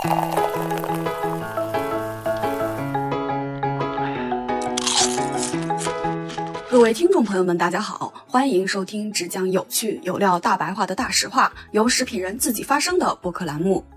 各位听众朋友们，大家好，欢迎收听只讲有趣有料大白话的大实话，由食品人自己发声的播客栏目。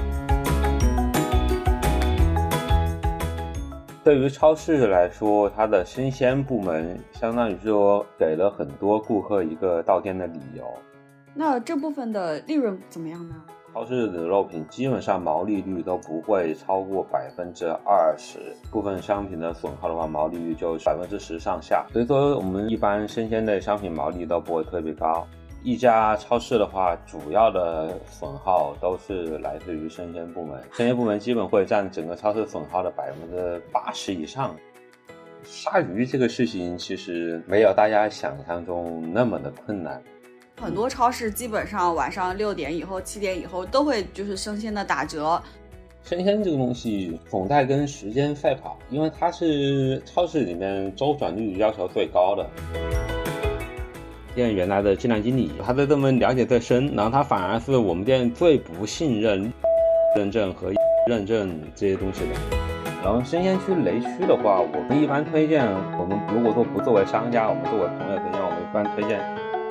对于超市来说，它的生鲜部门相当于说给了很多顾客一个到店的理由。 那这部分的利润怎么样呢？ 超市的肉品基本上毛利率都不会超过20%，部分商品的损耗的话，毛利率就10%上下。所以说我们一般生鲜类商品毛利都不会特别高。一家超市的话，主要的损耗都是来自于生鲜部门，生鲜部门基本会占整个超市损耗的80%以上。杀鱼这个事情其实没有大家想象中那么的困难。 很多超市基本上晚上6点以后、7点以后都会就是生鲜的打折。 生鲜这个东西总在跟时间赛跑，因为它是超市里面周转率要求最高的。店原来的计量经理，他对这么了解最深，然后他反而是我们店最不信任认证和认证这些东西的。然后生鲜区雷区的话，我们一般推荐，我们如果说不作为商家，我们作为朋友推荐，我们一般推荐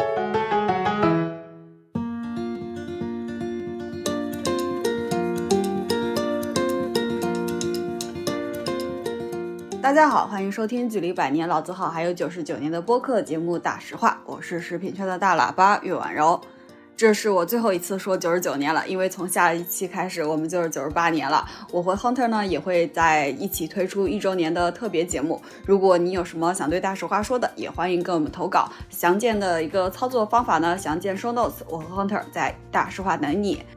大家好，欢迎收听距离100年老字号还有99年的播客节目大实话，我是食品圈的大喇叭岳婉柔。这是我最后一次说99年了，因为从下一期开始我们就是98年了。我和 Hunter 呢也会在一起推出1周年的特别节目，如果你有什么想对大实话说的，也欢迎跟我们投稿。详见的一个操作方法呢，详见 show notes， 我和 Hunter 在大实话等你。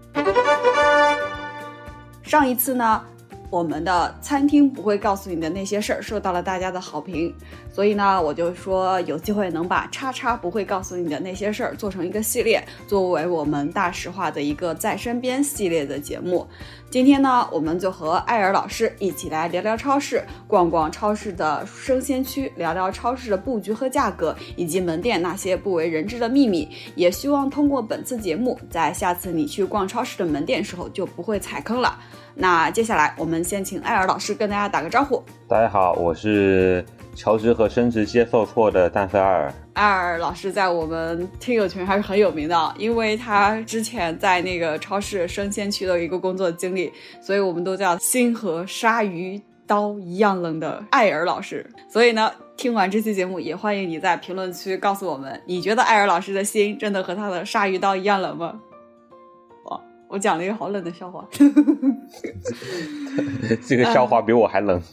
上一次呢，我们的餐厅不会告诉你的那些事儿受到了大家的好评，所以呢，我就说有机会能把叉叉不会告诉你的那些事儿做成一个系列，作为我们大实话的一个在身边系列的节目。今天呢，我们就和艾尔老师一起来聊聊超市，逛逛超市的生鲜区，聊聊超市的布局和价格，以及门店那些不为人知的秘密。也希望通过本次节目，在下次你去逛超市的门店时候就不会踩坑了。那接下来我们先请艾尔老师跟大家打个招呼。 大家好，我是求职和升职接受错的淡色艾尔。 艾尔老师在我们听友群还是很有名的，因为他之前在那个超市生鲜区的一个工作经历，所以我们都叫心和鲨鱼刀一样冷的艾尔老师。所以呢，听完这期节目，也欢迎你在评论区告诉我们，你觉得艾尔老师的心真的和他的鲨鱼刀一样冷吗？我讲了一个好冷的笑话。 这个笑话比我还冷。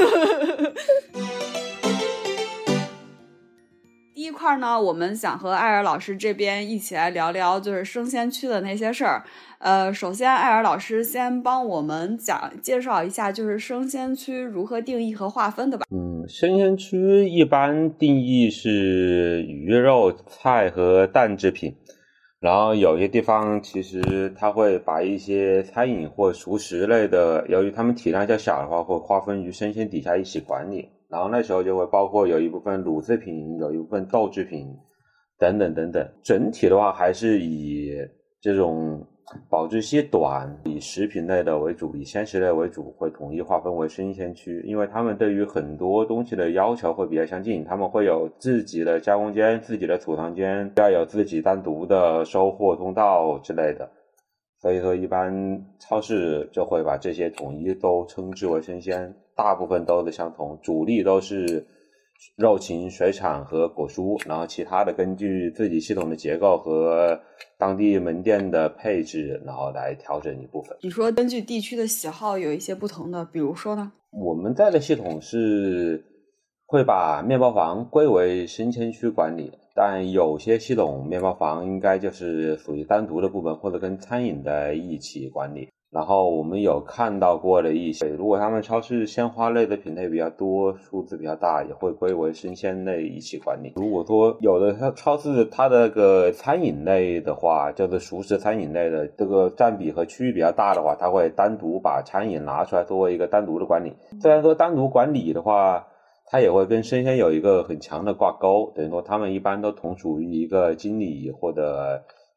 第一块呢，我们想和艾尔老师这边一起来聊聊就是生鲜区的那些事儿。首先艾尔老师先帮我们介绍一下就是生鲜区如何定义和划分的吧。 生鲜区一般定义是鱼肉、菜和蛋制品。然后有些地方其实它会把一些餐饮或熟食类的，由于它们体量较小的话，会划分于生鲜底下一起管理。然后那时候就会包括有一部分乳制品，有一部分豆制品等等等等。整体的话还是以这种保质期短、以食品类的为主、以鲜食类为主，会统一划分为生鲜区。因为他们对于很多东西的要求会比较相近，他们会有自己的加工间、自己的储藏间，要有自己单独的收货通道之类的。所以说一般超市就会把这些统一都称之为生鲜，大部分都是相同，主力都是肉禽、水产和果蔬，然后其他的根据自己系统的结构和当地门店的配置，然后来调整一部分。 你说根据地区的喜好有一些不同的，比如说呢？ 我们在的系统是会把面包房归为生鲜区管理，但有些系统面包房应该就是属于单独的部门，或者跟餐饮的一起管理。然后我们有看到过的一些，如果他们超市鲜花类的品类比较多，数字比较大，也会归为生鲜类一起管理。如果说有的超市它的个餐饮类的话，就是熟食餐饮类的这个占比和区域比较大的话，它会单独把餐饮拿出来作为一个单独的管理。虽然说单独管理的话，它也会跟生鲜有一个很强的挂钩，等于说他们一般都同属于一个经理或者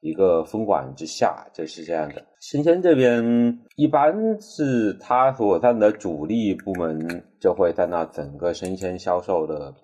一个分管之下，就是这样的。生鲜这边一般是它所占的主力部门就会占到整个生鲜销售的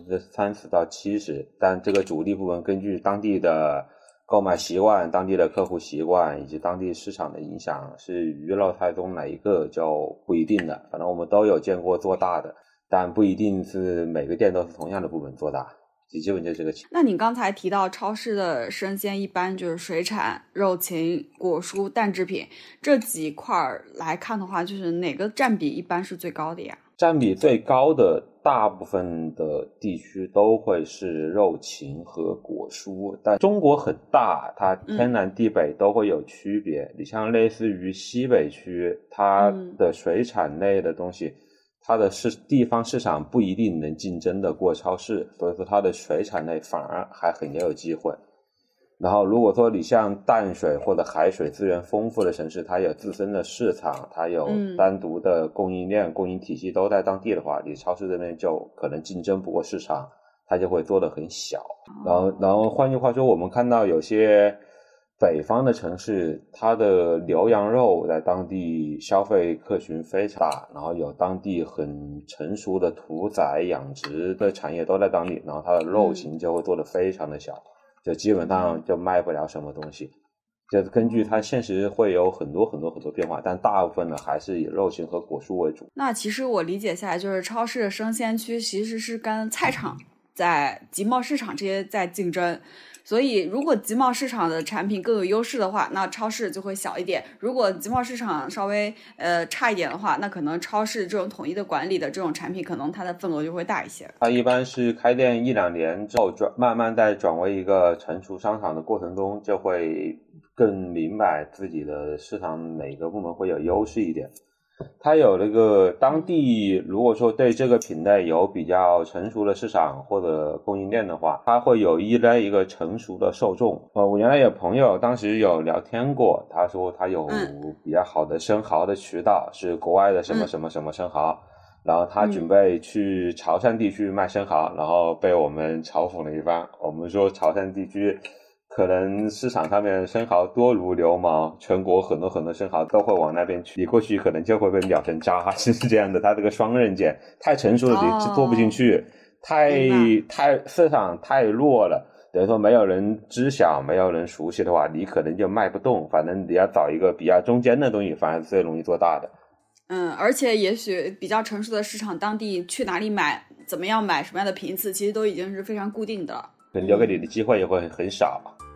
30%到70%，但这个主力部门根据当地的购买习惯、当地的客户习惯以及当地市场的影响，是鱼肉菜中哪一个就不一定的。反正我们都有见过做大的，但不一定是每个店都是同样的部门做大。基本就这个情况。 那你刚才提到超市的生鲜一般就是水产、肉禽、果蔬、蛋制品这几块来看的话，就是哪个占比一般是最高的呀？ 占比最高的大部分的地区都会是肉禽和果蔬，但中国很大，它天南地北都会有区别。你像类似于西北区，它的水产类的东西，它的地方市场不一定能竞争得过超市，所以说它的水产类反而还很有机会。然后如果说你像淡水或者海水资源丰富的城市，它有自身的市场，它有单独的供应链、供应体系都在当地的话，你超市这边就可能竞争不过市场，它就会做得很小。然后换句话说，我们看到有些北方的城市，它的牛羊肉在当地消费客群非常大，然后有当地很成熟的屠宰养殖的产业都在当地，然后它的肉禽就会做得非常的小，就基本上就卖不了什么东西。就根据它现实会有很多变化，但大部分呢还是以肉禽和果蔬为主。 那其实我理解下来，就是超市的生鲜区其实是跟菜场在集贸市场这些在竞争，所以如果集贸市场的产品更有优势的话，那超市就会小一点；如果集贸市场稍微差一点的话，那可能超市这种统一的管理的这种产品，可能它的份额就会大一些。 它一般是开店1-2年之后慢慢在转为一个成熟商场的过程中，就会更明白自己的市场哪个部门会有优势一点。它有那个当地如果说对这个品类有比较成熟的市场或者供应链的话，它会有一个成熟的受众。我原来有朋友当时有聊天过，他说他有比较好的生蚝的渠道，是国外的什么什么什么生蚝，然后他准备去潮汕地区卖生蚝，然后被我们嘲讽了一番。我们说潮汕地区可能市场上面生蚝多如牛毛，全国很多生蚝都会往那边去，你过去可能就会被秒成渣，是这样的。它这个双刃剑太成熟了，你做不进去，市场太弱了，等于说没有人知晓，没有人熟悉的话，你可能就卖不动。反正你要找一个比较中间的东西，反而是最容易做大的。 而且也许比较成熟的市场，当地去哪里买，怎么样买，什么样的频次，其实都已经是非常固定的了。 留给你的机会也会很少。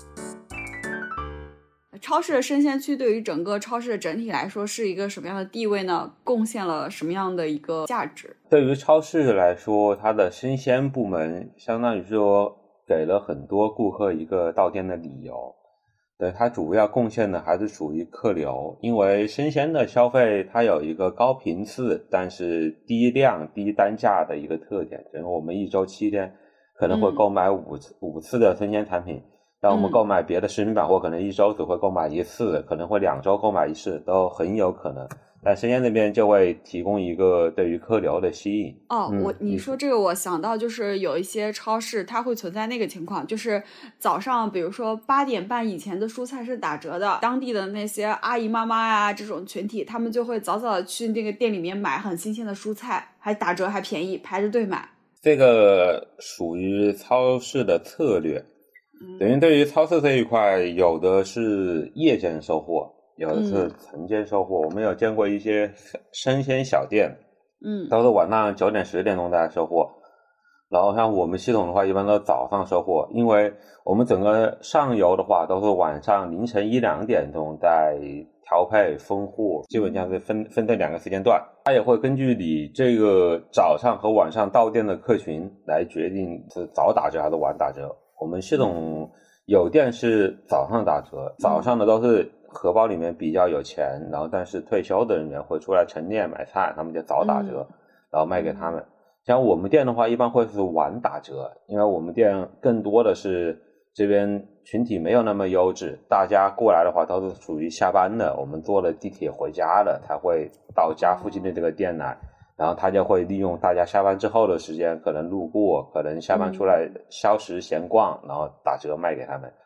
超市的生鲜区对于整个超市的整体来说是一个什么样的地位呢？贡献了什么样的一个价值？ 对于超市来说，它的生鲜部门相当于说给了很多顾客一个到店的理由。对，它主要贡献的还是属于客流，因为生鲜的消费它有一个高频次但是低量低单价的一个特点，就是我们1周7天可能会购买五次的生鲜产品，但我们购买别的食品百货可能1周只会购买1次，可能会2周购买1次，都很有可能。但生鲜那边就会提供一个对于客流的吸引。 你说这个我想到就是有一些超市它会存在那个情况，就是早上比如说8点半以前的蔬菜是打折的，当地的那些阿姨妈妈呀这种群体，他们就会早早的去那个店里面买很新鲜的蔬菜，还打折还便宜，排着队买。 这个属于超市的策略，等于对于超市这一块，有的是夜间收货，有的是晨间收货。我们有见过一些生鲜小店，都是晚上9点10点钟在收货。然后像我们系统的话，一般都早上收货，因为我们整个上游的话都是晚上凌晨1-2点钟在调配分货，基本上是分这2个时间段。它也会根据你这个早上和晚上到店的客群来决定是早打折还是晚打折。我们系统有店是早上打折，早上的都是荷包里面比较有钱，然后但是退休的人员会出来晨练买菜，他们就早打折，然后卖给他们。像我们店的话一般会是晚打折，因为我们店更多的是这边群体没有那么优质，大家过来的话都是属于下班的，我们坐了地铁回家了才会到家附近的这个店来，然后他就会利用大家下班之后的时间，可能路过，可能下班出来消食闲逛，然后打折卖给他们。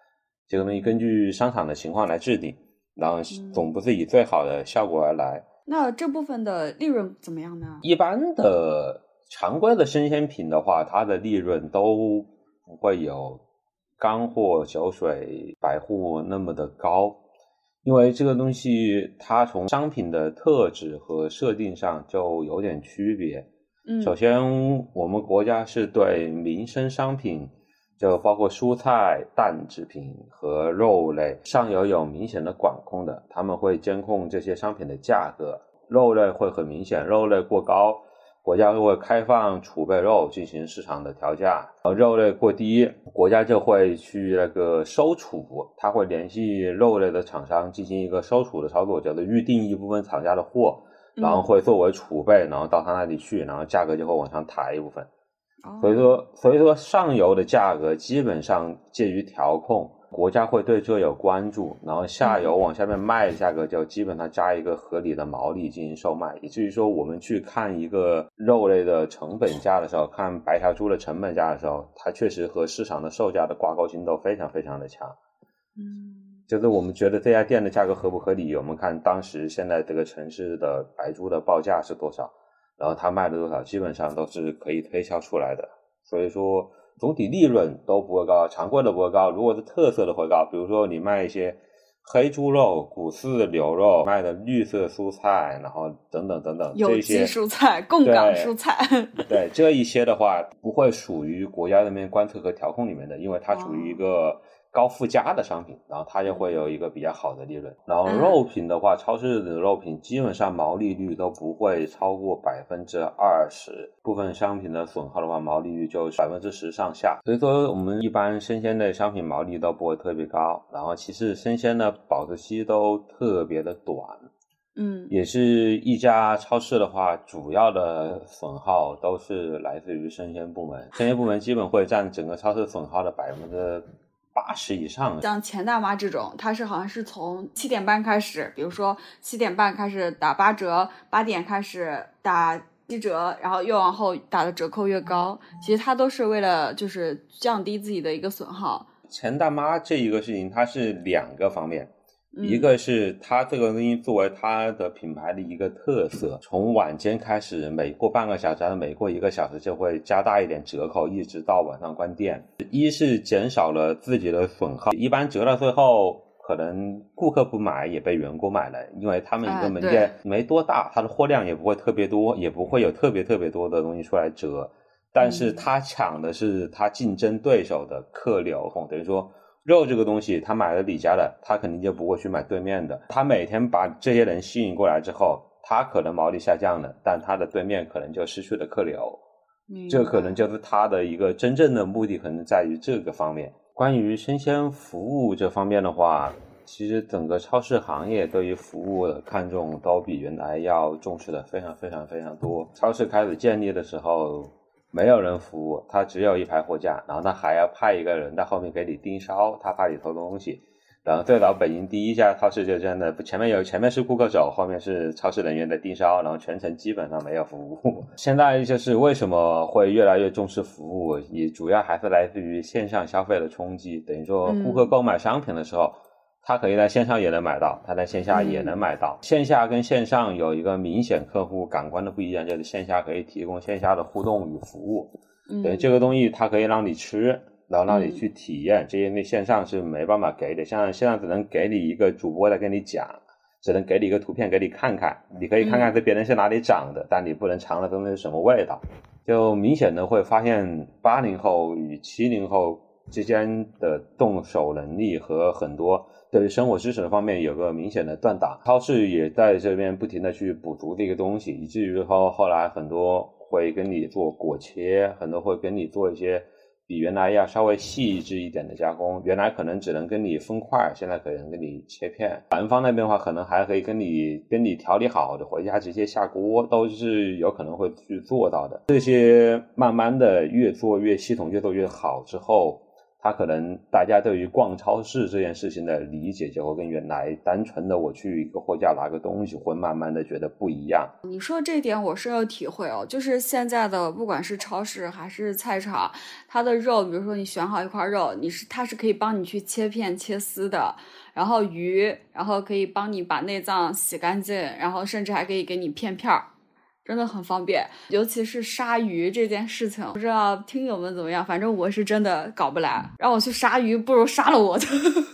这个东西根据商场的情况来制定，然后总不是以最好的效果而来。 那这部分的利润怎么样呢？ 一般的常规的生鲜品的话，它的利润都不会有干货、酒水、百户那么的高，因为这个东西它从商品的特质和设定上就有点区别。首先我们国家是对民生商品，就包括蔬菜、蛋制品和肉类上游有明显的管控的，他们会监控这些商品的价格。肉类会很明显，肉类过高，国家会开放储备肉进行市场的调价，肉类过低，国家就会去那个收储，他会联系肉类的厂商进行一个收储的操作，就是预定一部分厂家的货，然后会作为储备，然后到他那里去，然后价格就会往上抬一部分。所以说上游的价格基本上介于调控，国家会对这有关注，然后下游往下面卖的价格就基本上加一个合理的毛利进行售卖，以至于说我们去看一个肉类的成本价的时候，看白条猪的成本价的时候，它确实和市场的售价的挂钩性都非常非常的强。就是我们觉得这家店的价格合不合理，我们看当时现在这个城市的白猪的报价是多少，然后它卖了多少，基本上都是可以推销出来的。所以说总体利润都不会高，常规的不会高，如果是特色的会高，比如说你卖一些黑猪肉、谷饲牛肉，卖的绿色蔬菜，然后等等等等， 有机蔬菜、供港蔬菜， 对这一些的话不会属于国家那边观测和调控里面的，因为它属于一个高附加的商品，然后它就会有一个比较好的利润。然后肉品的话，超市的肉品基本上毛利率都不会超过 20%， 部分商品的损耗的话毛利率就 10% 上下，所以说我们一般生鲜类商品毛利都不会特别高，然后其次生鲜的保质期都特别的短。也是一家超市的话，主要的损耗都是来自于生鲜部门，生鲜部门基本会占整个超市损耗的80%以上。 像钱大妈这种，它是好像是从7点半开始，比如说7点半开始打8折，8点开始打7折，然后越往后打的折扣越高，其实它都是为了就是降低自己的一个损耗。 钱大妈这一个事情它是2个方面，一个是它这个东西作为它的品牌的一个特色，从晚间开始每过半个小时每过1个小时就会加大一点折扣，一直到晚上关店。一是减少了自己的损耗，一般折到最后可能顾客不买也被员工买了，因为他们一个门店没多大，它的货量也不会特别多，也不会有特别多的东西出来折，但是他抢的是他竞争对手的客流，等于说肉这个东西他买了李家的，他肯定就不会去买对面的，他每天把这些人吸引过来之后，他可能毛利下降了，但他的对面可能就失去了客流，这可能就是他的一个真正的目的，可能在于这个方面。关于生鲜服务这方面的话，其实整个超市行业对于服务的看重都比原来要重视的非常多。超市开始建立的时候没有人服务，他只有一排货架，然后他还要派一个人在后面给你盯梢，他怕你偷东西。然后最早北京第一家超市就这样的，前面是顾客走，后面是超市人员的盯梢，然后全程基本上没有服务。现在就是为什么会越来越重视服务，也主要还是来自于线上消费的冲击，等于说顾客购买商品的时候，他可以在线上也能买到，他在线下也能买到。线下跟线上有一个明显客户感官的不一样，就是线下可以提供线下的互动与服务，等于这个东西它可以让你吃，然后让你去体验，这些那线上是没办法给的，像线上只能给你一个主播在跟你讲，只能给你一个图片给你看看，你可以看看这别人是哪里长的，但你不能尝了东西是什么味道。就明显的会发现80后与70后之间的动手能力和很多对于生活知识的方面有个明显的断档，超市也在这边不停的去补足这个东西，以至于后来很多会跟你做果切，很多会跟你做一些比原来要稍微细致一点的加工，原来可能只能跟你分块，现在可能跟你切片。南方那边的话可能还可以跟你调理好的，回家直接下锅，都是有可能会去做到的。这些慢慢的越做越系统，越做越好之后， 他可能大家对于逛超市这件事情的理解就会跟原来单纯的我去一个货架拿个东西会慢慢的觉得不一样。 你说这点我是有体会哦，就是现在的不管是超市还是菜场，它的肉，比如说你选好一块肉，它是可以帮你去切片切丝的，然后鱼，然后可以帮你把内脏洗干净，然后甚至还可以给你片片儿。真的很方便，尤其是杀鱼这件事情，不知道听友们怎么样，反正我是真的搞不来，让我去杀鱼不如杀了我的。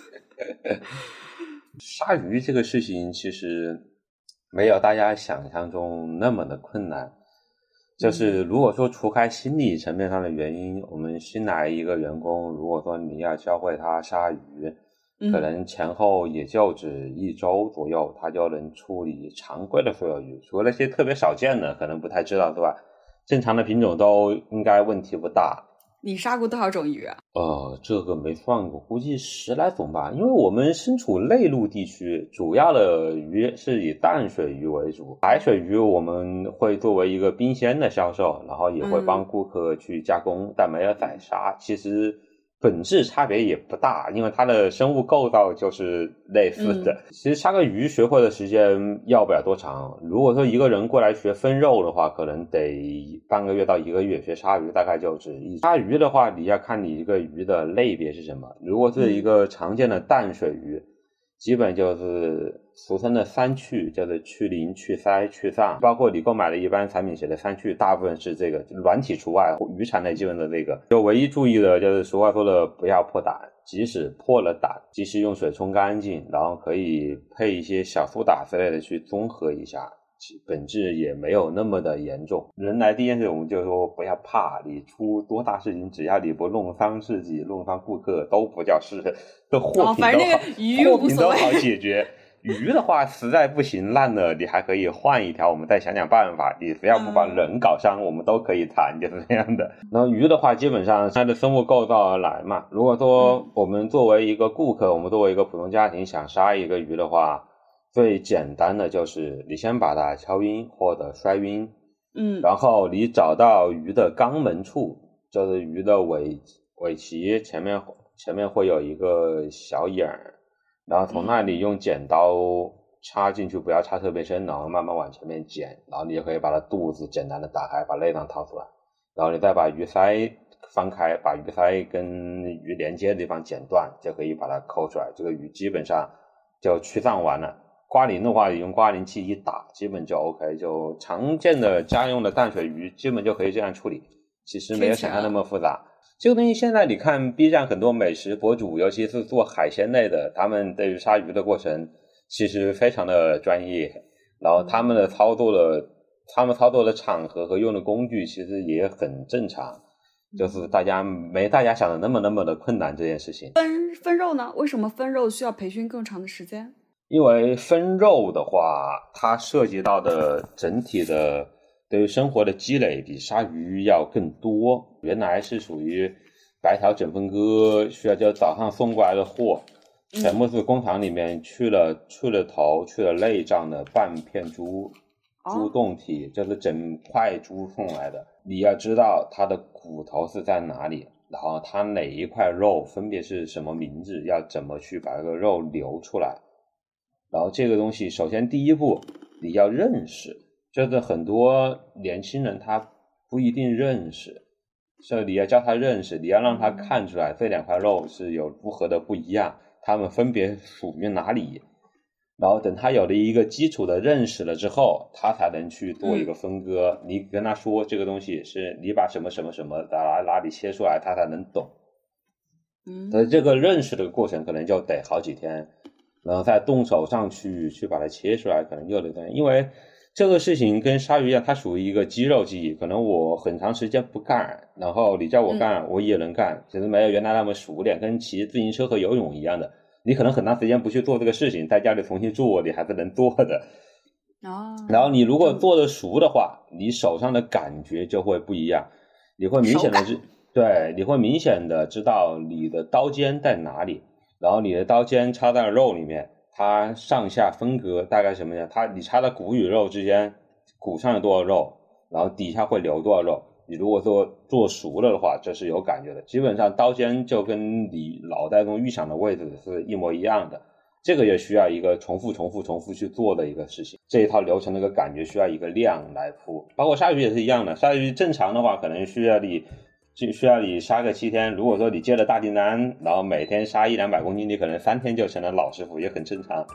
杀鱼这个事情其实没有大家想象中那么的困难，就是如果说除开心理层面上的原因，我们新来一个员工，如果说你要教会他杀鱼，可能前后也就只1周左右，他就能处理常规的所有鱼，除了那些特别少见的可能不太知道，对吧？正常的品种都应该问题不大。 你杀过多少种鱼啊？ 这个没算过，估计10来种吧。因为我们身处内陆地区，主要的鱼是以淡水鱼为主，海水鱼我们会作为一个冰鲜的销售，然后也会帮顾客去加工，但没有宰杀。其实本质差别也不大，因为它的生物构造就是类似的。其实杀个鱼学会的时间要不了多长，如果说一个人过来学分肉的话，可能得半个月到1个月，学杀鱼大概就只杀鱼的话，你要看你一个鱼的类别是什么。如果是一个常见的淡水鱼，基本就是俗称的3去，就是去鳞、去鳃、去鳃，包括你购买的一般产品写的3去，大部分是这个，软体除外，鱼产类基本的这个。就唯一注意的就是俗话说的不要破胆，即使破了胆，及时用水冲干净，然后可以配一些小苏打之类的去综合一下，本质也没有那么的严重。人来第一件事我们就说不要怕，你出多大事情，只要你不弄伤自己弄伤顾客都不叫事，这货品都好， 反正那个鱼货品都好解决。鱼的话实在不行烂了，你还可以换一条，我们再想想办法，你只要不把人搞伤，我们都可以谈，就是这样的。然后鱼的话基本上它的生物构造而来嘛，如果说我们作为一个顾客，我们作为一个普通家庭想杀一个鱼的话，最简单的就是你先把它敲晕或者摔晕，然后你找到鱼的肛门处，就是鱼的尾鳍前面会有一个小眼儿，然后从那里用剪刀插进去，不要插特别深，然后慢慢往前面剪，然后你就可以把它肚子简单的打开，把内脏掏出来，然后你再把鱼鳃翻开，把鱼鳃跟鱼连接的地方剪断，就可以把它抠出来，这个鱼基本上就去脏完了。刮鳞的话，你用刮鳞器一打，基本就 OK， 就常见的家用的淡水鱼基本就可以这样处理，其实没有想象那么复杂。这个东西现在你看 B 站很多美食博主，尤其是做海鲜类的，他们对于杀鱼的过程其实非常的专业，然后他们操作的场合和用的工具其实也很正常，就是没大家想的那么的困难这件事情。 分肉呢？为什么分肉需要培训更长的时间？ 因为分肉的话，它涉及到的整体的对于生活的积累比杀鱼要更多。原来是属于白条整分割，需要就早上送过来的货，全部是工厂里面去了头去了内脏的半片猪胴体，就是整块猪送来的。你要知道它的骨头是在哪里，然后它哪一块肉分别是什么名字，要怎么去把这个肉留出来。然后这个东西首先第一步你要认识，就是很多年轻人他不一定认识，所以你要教他认识，你要让他看出来这2块肉是有如何的不一样，他们分别属于哪里，然后等他有了一个基础的认识了之后，他才能去做一个分割。你跟他说这个东西是你把什么什么什么哪里切出来，他才能懂。所以这个认识的过程可能就得好几天，然后再动手上去把它切出来，可能又得因为这个事情跟鲨鱼一样，它属于一个肌肉记忆，可能我很长时间不干，然后你叫我干我也能干，其实没有原来那么熟练，跟骑自行车和游泳一样的，你可能很长时间不去做这个事情，在家里重新做你还是能做的。然后你如果做得熟的话，你手上的感觉就会不一样，你会明显的知道你的刀尖在哪里，然后你的刀尖插在肉里面，它上下分隔大概什么样，你插在骨与肉之间，骨上有多少肉，然后底下会留多少肉， 你如果说做熟了的话，这是有感觉的。基本上刀尖就跟你脑袋中预想的位置是一模一样的，这个也需要一个重复去做的一个事情。这一套流程的一个感觉需要一个量来铺，包括鲨鱼也是一样的。鲨鱼正常的话可能需要你杀个7天，如果说你接了大订单，然后每天杀100-200公斤，你可能3天就成了老师傅，也很正常。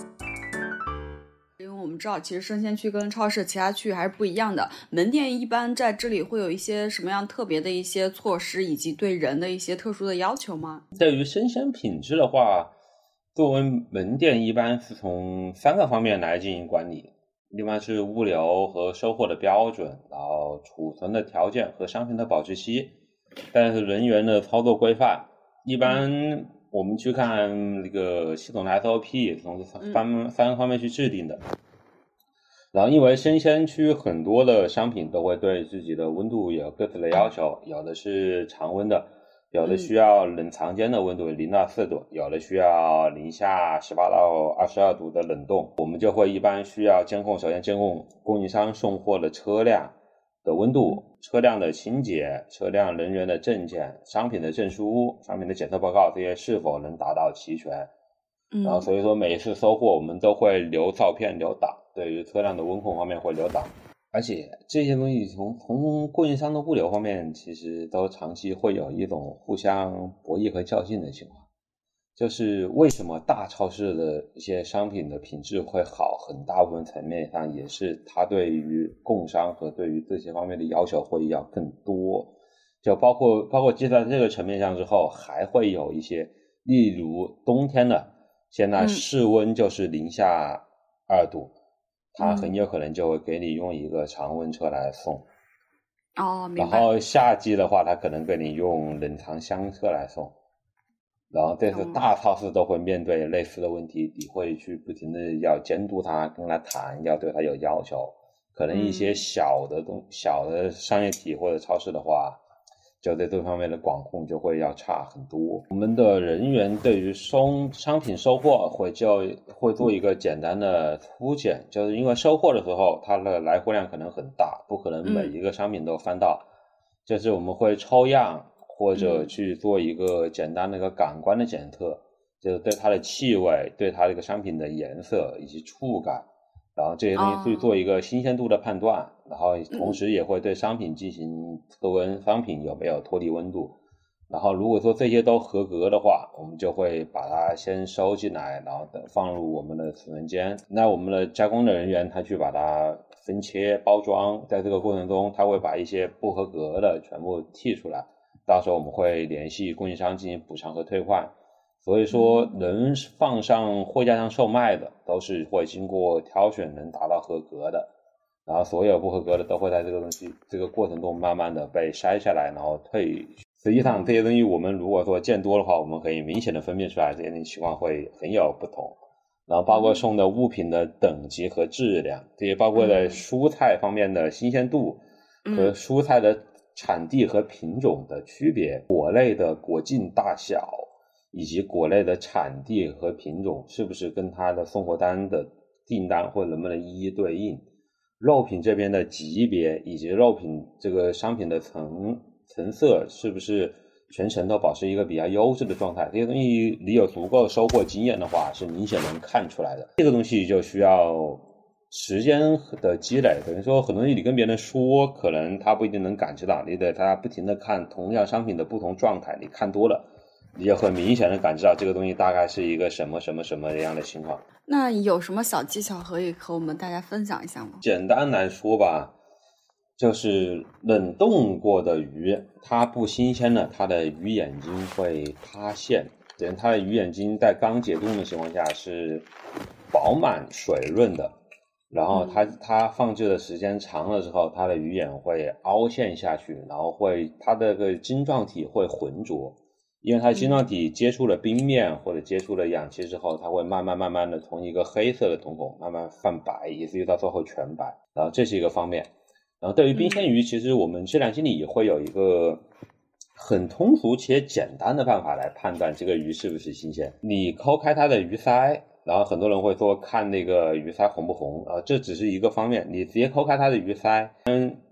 我们知道其实生鲜区跟超市其他区域还是不一样的，门店一般在这里会有一些什么样特别的一些措施，以及对人的一些特殊的要求吗？ 对于生鲜品质的话，作为门店一般是从3个方面来进行管理，一般是物流和收货的标准，然后储存的条件和商品的保质期，但是人员的操作规范，一般我们去看那个系统的 SOP 从3个方面去制定的。然后因为生鲜区很多的商品都会对自己的温度有各自的要求，有的是常温的，有的需要冷藏间的温度0到4度，有的需要零下18到22度的冷冻。我们就会一般需要首先监控供应商送货的车辆的温度、车辆的清洁、车辆人员的证件、商品的证书、商品的检测报告，这些是否能达到齐全。然后所以说每一次收货我们都会留照片留档，对于车辆的温控方面会留档，而且这些东西从供应商的物流方面其实都长期会有一种互相博弈和较劲的情况。就是为什么大超市的一些商品的品质会好，很大部分层面上也是它对于供商和对于这些方面的要求会要更多，就包括计算这个层面上之后，还会有一些例如冬天的现在室温就是零下2度，它很有可能就会给你用一个常温车来送。 明白。 然后夏季的话，它可能给你用冷藏箱车来送。然后这是大超市都会面对类似的问题，你会去不停的要监督它，跟它谈，要对它有要求。可能一些小的商业体或者超市的话，就对这方面的管控就会要差很多。我们的人员对于商品收货会做一个简单的初检，就是因为收货的时候它的来货量可能很大，不可能每一个商品都翻到，就是我们会抽样或者去做一个简单的一个感官的检测，就是对它的气味、对它这个商品的颜色以及触感，然后这些东西去做一个新鲜度的判断，然后同时也会对商品进行测温，商品有没有脱离温度。然后如果说这些都合格的话，我们就会把它先收进来，然后放入我们的储存间。那我们的加工的人员他去把它分切包装，在这个过程中他会把一些不合格的全部剔出来，到时候我们会联系供应商进行补偿和退换。所以说能放上货架上售卖的都是会经过挑选能达到合格的，然后所有不合格的都会在这个过程中慢慢的被筛下来，然后退。实际上这些东西我们如果说见多的话，我们可以明显的分辨出来这些情况会很有不同。然后包括送的物品的等级和质量，这些包括在蔬菜方面的新鲜度和蔬菜的产地和品种的区别，果类的果径大小以及果类的产地和品种是不是跟它的送货单的订单或能不能一一对应，肉品这边的级别以及肉品这个商品的成色是不是全程都保持一个比较优质的状态，这些东西你有足够收获经验的话是明显能看出来的。这个东西就需要时间的积累，等于说很多东西你跟别人说可能他不一定能感知到，你得他不停的看同样商品的不同状态，你看多了你就很明显的感知到这个东西大概是一个什么样的情况。 那有什么小技巧可以和我们大家分享一下吗？ 简单来说吧，就是冷冻过的鱼它不新鲜了，它的鱼眼睛会塌陷，等于它的鱼眼睛在刚解冻的情况下是饱满水润的，然后它放置的时间长了之后，它的鱼眼会凹陷下去，然后它的个晶状体会浑浊，因为它晶状体接触了冰面或者接触了氧气之后，它会慢慢的从一个黑色的瞳孔慢慢泛白，以至于到最后全白，然后这是一个方面。然后对于冰鲜鱼，其实我们质量经理也会有一个很通俗且简单的办法来判断这个鱼是不是新鲜。你抠开它的鱼鳃，然后很多人会说看那个鱼鳃红不红，这只是一个方面，你直接抠开它的鱼鳃，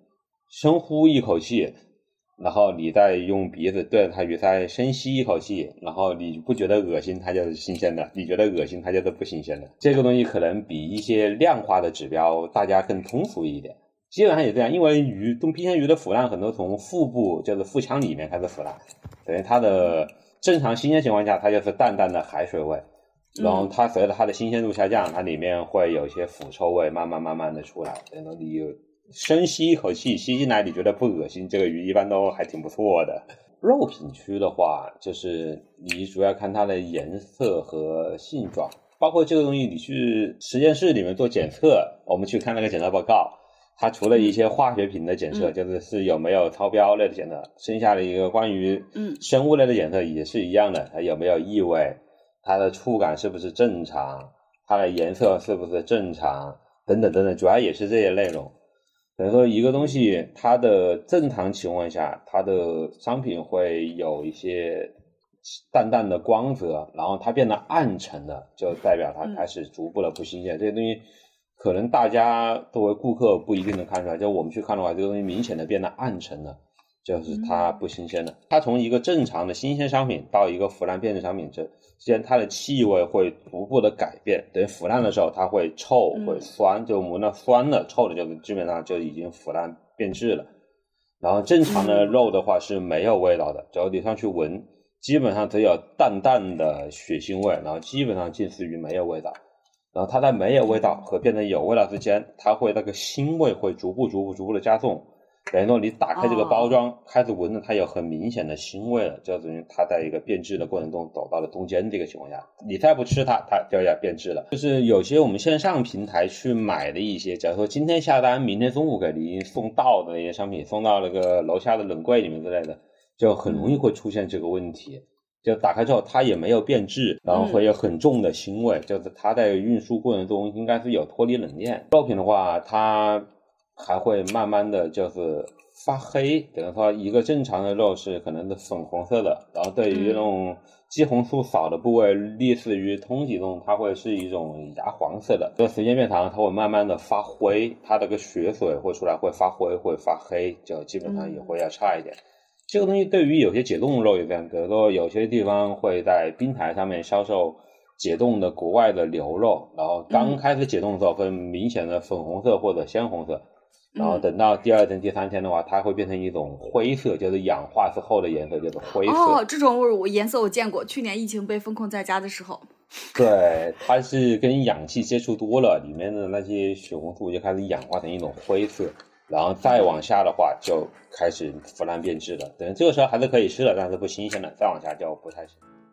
深呼一口气，然后你再用鼻子对着它鱼鳃深吸一口气，然后你不觉得恶心它就是新鲜的，你觉得恶心它就是不新鲜的。这个东西可能比一些量化的指标大家更通俗一点，基本上也这样。因为冰鲜鱼的腐烂很多从腹部就是腹腔里面开始腐烂，等于它的正常新鲜情况下它就是淡淡的海水味，然后它随着它的新鲜度下降，它里面会有一些腐臭味慢慢的出来，等于你深吸一口气吸进来你觉得不恶心，这个鱼一般都还挺不错的。肉品区的话，就是你主要看它的颜色和性状，包括这个东西你去实验室里面做检测，我们去看那个检测报告，它除了一些化学品的检测，就是有没有超标类的检测，剩下的一个关于生物类的检测也是一样的，它有没有异味，它的触感是不是正常，它的颜色是不是正常，等等等等，主要也是这些内容。等于说一个东西它的正常情况下，它的商品会有一些淡淡的光泽，然后它变得暗沉了，就代表它开始逐步的不新鲜。这些东西可能大家作为顾客不一定能看出来，就我们去看的话，这个东西明显的变得暗沉了，就是它不新鲜了。它从一个正常的新鲜商品到一个腐烂变质商品之间，它的气味会逐步的改变。等于腐烂的时候它会臭会酸，就闻到酸了臭的就基本上就已经腐烂变质了。然后正常的肉的话是没有味道的，只要你上去闻，基本上只有淡淡的血腥味，然后基本上近似于没有味道。然后它在没有味道和变成有味道之间，它会那个腥味会逐步的加重。等于说你打开这个包装开始闻着它有很明显的腥味了，就等于它在一个变质的过程中走到了中间，这个情况下你再不吃它就要变质了。就是有些我们线上平台去买的一些，假如说今天下单明天中午给您送到的那些商品，送到那个楼下的冷柜里面之类的，就很容易会出现这个问题。就打开之后它也没有变质，然后会有很重的腥味，就是它在运输过程中应该是有脱离冷链。肉品的话它还会慢慢的就是发黑，等于说一个正常的肉是可能是粉红色的，然后对于那种肌红素少的部位，类似于通缉中，它会是一种牙黄色的。这个时间变长它会慢慢的发灰，它的个血水会出来，会发灰会发黑，就基本上也会要差一点。这个东西对于有些解冻肉也这样，比如说有些地方会在冰台上面销售解冻的国外的牛肉，然后刚开始解冻的时候会明显的粉红色或者鲜红色，然后等到第二天第三天的话，它会变成一种灰色，就是氧化之后的颜色，就是灰色。 这种颜色我见过，去年疫情被封控在家的时候。 对，它是跟氧气接触多了，里面的那些血红素就开始氧化成一种灰色，然后再往下的话就开始腐烂变质了。等于这个时候还是可以吃的，但是不新鲜了，再往下就不太行。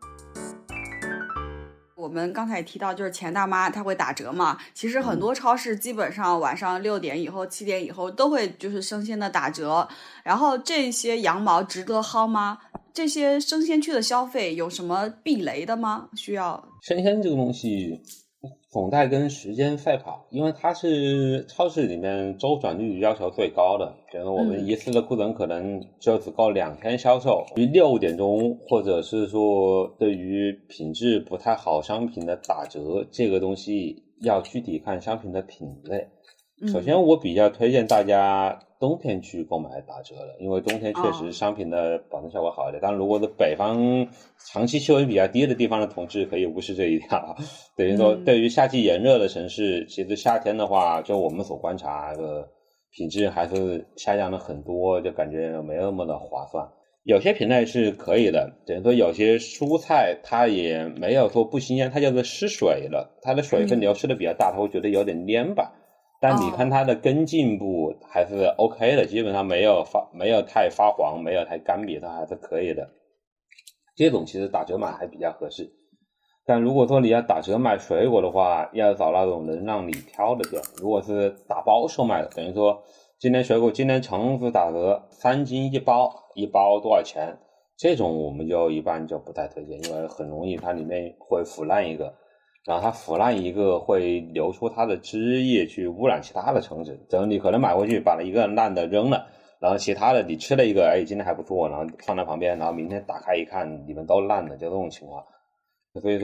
我们刚才也提到，就是钱大妈她会打折嘛，其实很多超市基本上晚上6点以后7点以后都会就是生鲜的打折。然后这些羊毛值得薅吗？这些生鲜区的消费有什么避雷的吗？需要生鲜这个东西总在跟时间赛跑，因为它是超市里面周转率要求最高的。比如我们一次的库存可能就只够2天销售，于6点钟或者是说对于品质不太好商品的打折，这个东西要具体看商品的品类。首先我比较推荐大家冬天去购买打折的，因为冬天确实商品的保存效果好一点。当然如果是北方长期气温比较低的地方的同志可以无视这一条。等于说对于夏季炎热的城市，其实夏天的话就我们所观察的品质还是下降了很多，就感觉没那么的划算。有些品类是可以的，等于说有些蔬菜它也没有说不新鲜，它就是失水了，它的水分流失的比较大，它会觉得有点蔫吧。但你看它的根茎部还是 OK 的，基本上没有太发黄，没有太干瘪，它还是可以的。这种其实打折买还比较合适。但如果说你要打折买水果的话，要找那种能让你挑的店。如果是打包售卖的，等于说今天水果今天橙子打折3斤一包，一包多少钱，这种我们就一般就不太推荐，因为很容易它里面会腐烂一个，然后它腐烂一个会流出它的汁液去污染其他的橙子，等你可能买回去把一个烂的扔了，然后其他的你吃了一个今天还不错，然后放在旁边，然后明天打开一看里面都烂了，就这种情况。所以说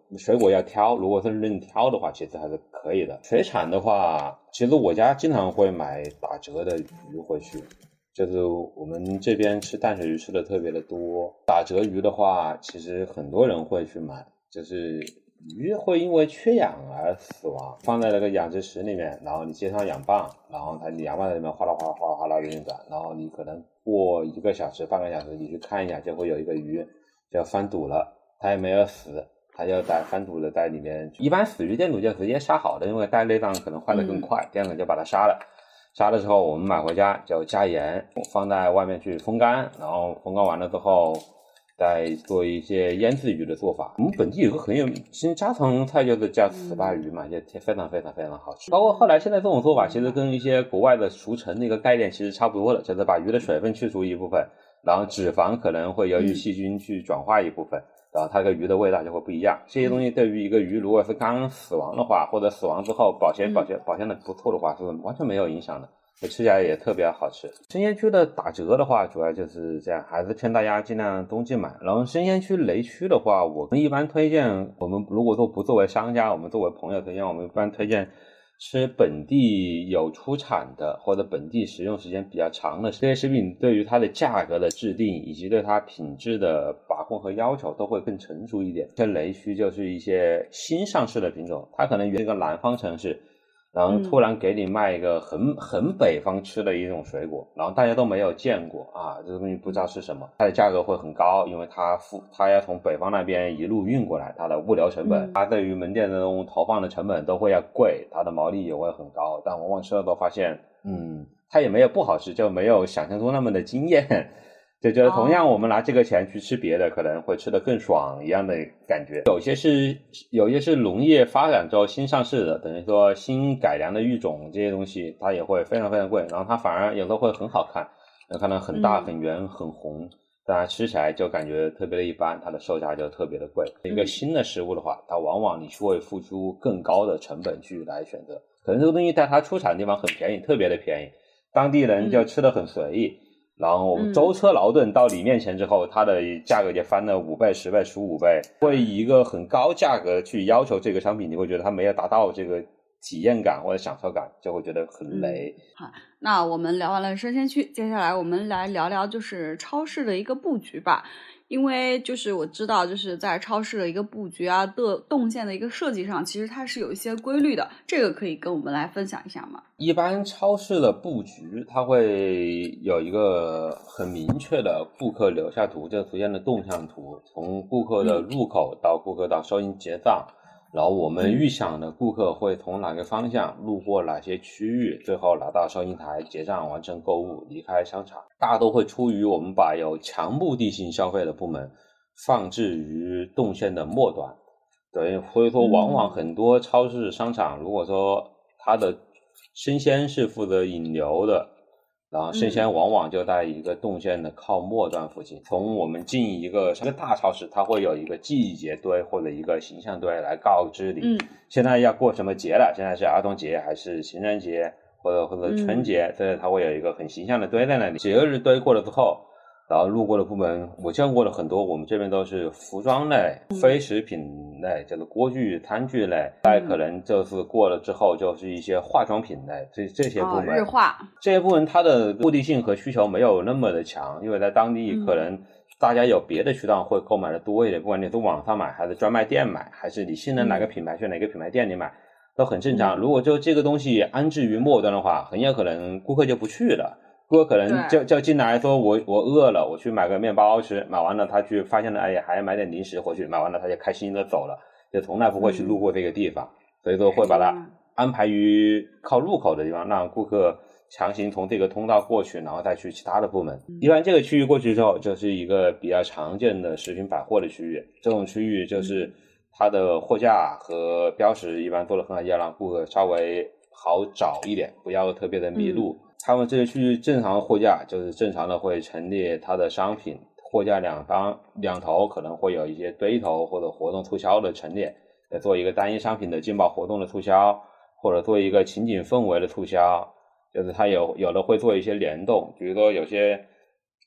水果要挑，如果是任挑的话，其实还是可以的。水产的话，其实我家经常会买打折的鱼回去，就是我们这边吃淡水鱼吃的特别的多。打折鱼的话，其实很多人会去买，就是鱼会因为缺氧而死亡，放在那个养殖池里面，然后你接上氧棒，然后它氧棒在里面哗啦哗啦哗啦哗啦运转，然后你可能过1个小时半个小时，你去看一下，就会有一个鱼就翻肚了，它也没有死，它就在翻肚的在里面。一般死鱼电肚就直接杀好的，因为带内脏可能坏得更快，这样子就把它杀了。杀了之后我们买回家就加盐放在外面去风干，然后风干完了之后再做一些腌制鱼的做法。我们本地有个很有其实家常菜就是叫糍粑鱼嘛，就非常非常非常好吃。包括后来现在这种做法其实跟一些国外的熟成的一个概念其实差不多了，就是把鱼的水分去除一部分，然后脂肪可能会由于细菌去转化一部分，然后它这个鱼的味道就会不一样。这些东西对于一个鱼如果是刚死亡的话，或者死亡之后保鲜的不错的话，是完全没有影响的，吃起来也特别好吃。生鲜区的打折的话主要就是这样，还是劝大家尽量冬季买。然后生鲜区雷区的话，我们一般推荐，我们如果说不作为商家，我们作为朋友推荐，我们一般推荐吃本地有出产的或者本地食用时间比较长的这些食品，对于它的价格的制定以及对它品质的把控和要求都会更成熟一点。像雷区就是一些新上市的品种，它可能原一个南方城市，然后突然给你卖一个很北方吃的一种水果，然后大家都没有见过啊，这个东西不知道是什么，它的价格会很高，因为它要从北方那边一路运过来，它的物流成本，它对于门店的这种投放的成本都会要贵，它的毛利也会很高，但往往吃了都发现它也没有不好吃，就没有想象中那么的惊艳，就觉得同样我们拿这个钱去吃别的可能会吃得更爽一样的感觉。有些是农业发展之后新上市的，等于说新改良的育种，这些东西它也会非常非常贵，然后它反而有时候会很好看，能看到很大很圆很红，但它吃起来就感觉特别的一般，它的售价就特别的贵。一个新的食物的话，它往往你会付出更高的成本去来选择，可能这个东西在它出产的地方很便宜，特别的便宜，当地人就吃得很随意，然后舟车劳顿到你面前之后，它的价格就翻了5倍、10倍、15倍，会以一个很高价格去要求这个商品，你会觉得它没有达到这个体验感或者享受感，就会觉得很雷。 好，那我们聊完了生鲜区，接下来我们来聊聊就是超市的一个布局吧。因为就是我知道就是在超市的一个布局啊的动线的一个设计上，其实它是有一些规律的，这个可以跟我们来分享一下吗？ 一般超市的布局它会有一个很明确的顾客留下图，就图现的动向图，从顾客的入口到顾客到收银结账，然后我们预想的顾客会从哪个方向路过哪些区域，最后拿到收银台结账完成购物离开商场。大都会出于我们把有强目的性消费的部门放置于动线的末端，对，所以说往往很多超市商场如果说它的生鲜是负责引流的，然后生鲜往往就在一个动线的靠末端附近。从我们进一个大超市，它会有一个季节堆或者一个形象堆来告知你现在要过什么节了，现在是儿童节还是情人节或者春节，所以它会有一个很形象的堆在那里。节日堆过了之后，然后路过的部门我见过了很多，我们这边都是服装类、非食品类，就是锅具餐具类，再可能就是过了之后就是一些化妆品类，这些部门， 日化这些部门它的目的性和需求没有那么的强，因为在当地可能大家有别的渠道会购买的多一点，不管你是网上买还是专卖店买，还是你信任哪个品牌去哪个品牌店里买都很正常。如果就这个东西安置于末端的话，很有可能顾客就不去了，顾客可能就进来说我饿了，我去买个面包吃，买完了他去发现了哎呀还要买点零食回去，买完了他就开心的走了，就从来不会去路过这个地方，所以说会把它安排于靠入口的地方，让顾客强行从这个通道过去，然后再去其他的部门。一般这个区域过去之后就是一个比较常见的食品百货的区域，这种区域就是它的货架和标识一般做得很好，要让顾客稍微好找一点，不要特别的迷路。他们这个区域正常的货架就是正常的会陈列它的商品，货架两头可能会有一些堆头或者活动促销的陈列，做一个单一商品的劲爆活动的促销，或者做一个情景氛围的促销，就是它有的会做一些联动，比如说有些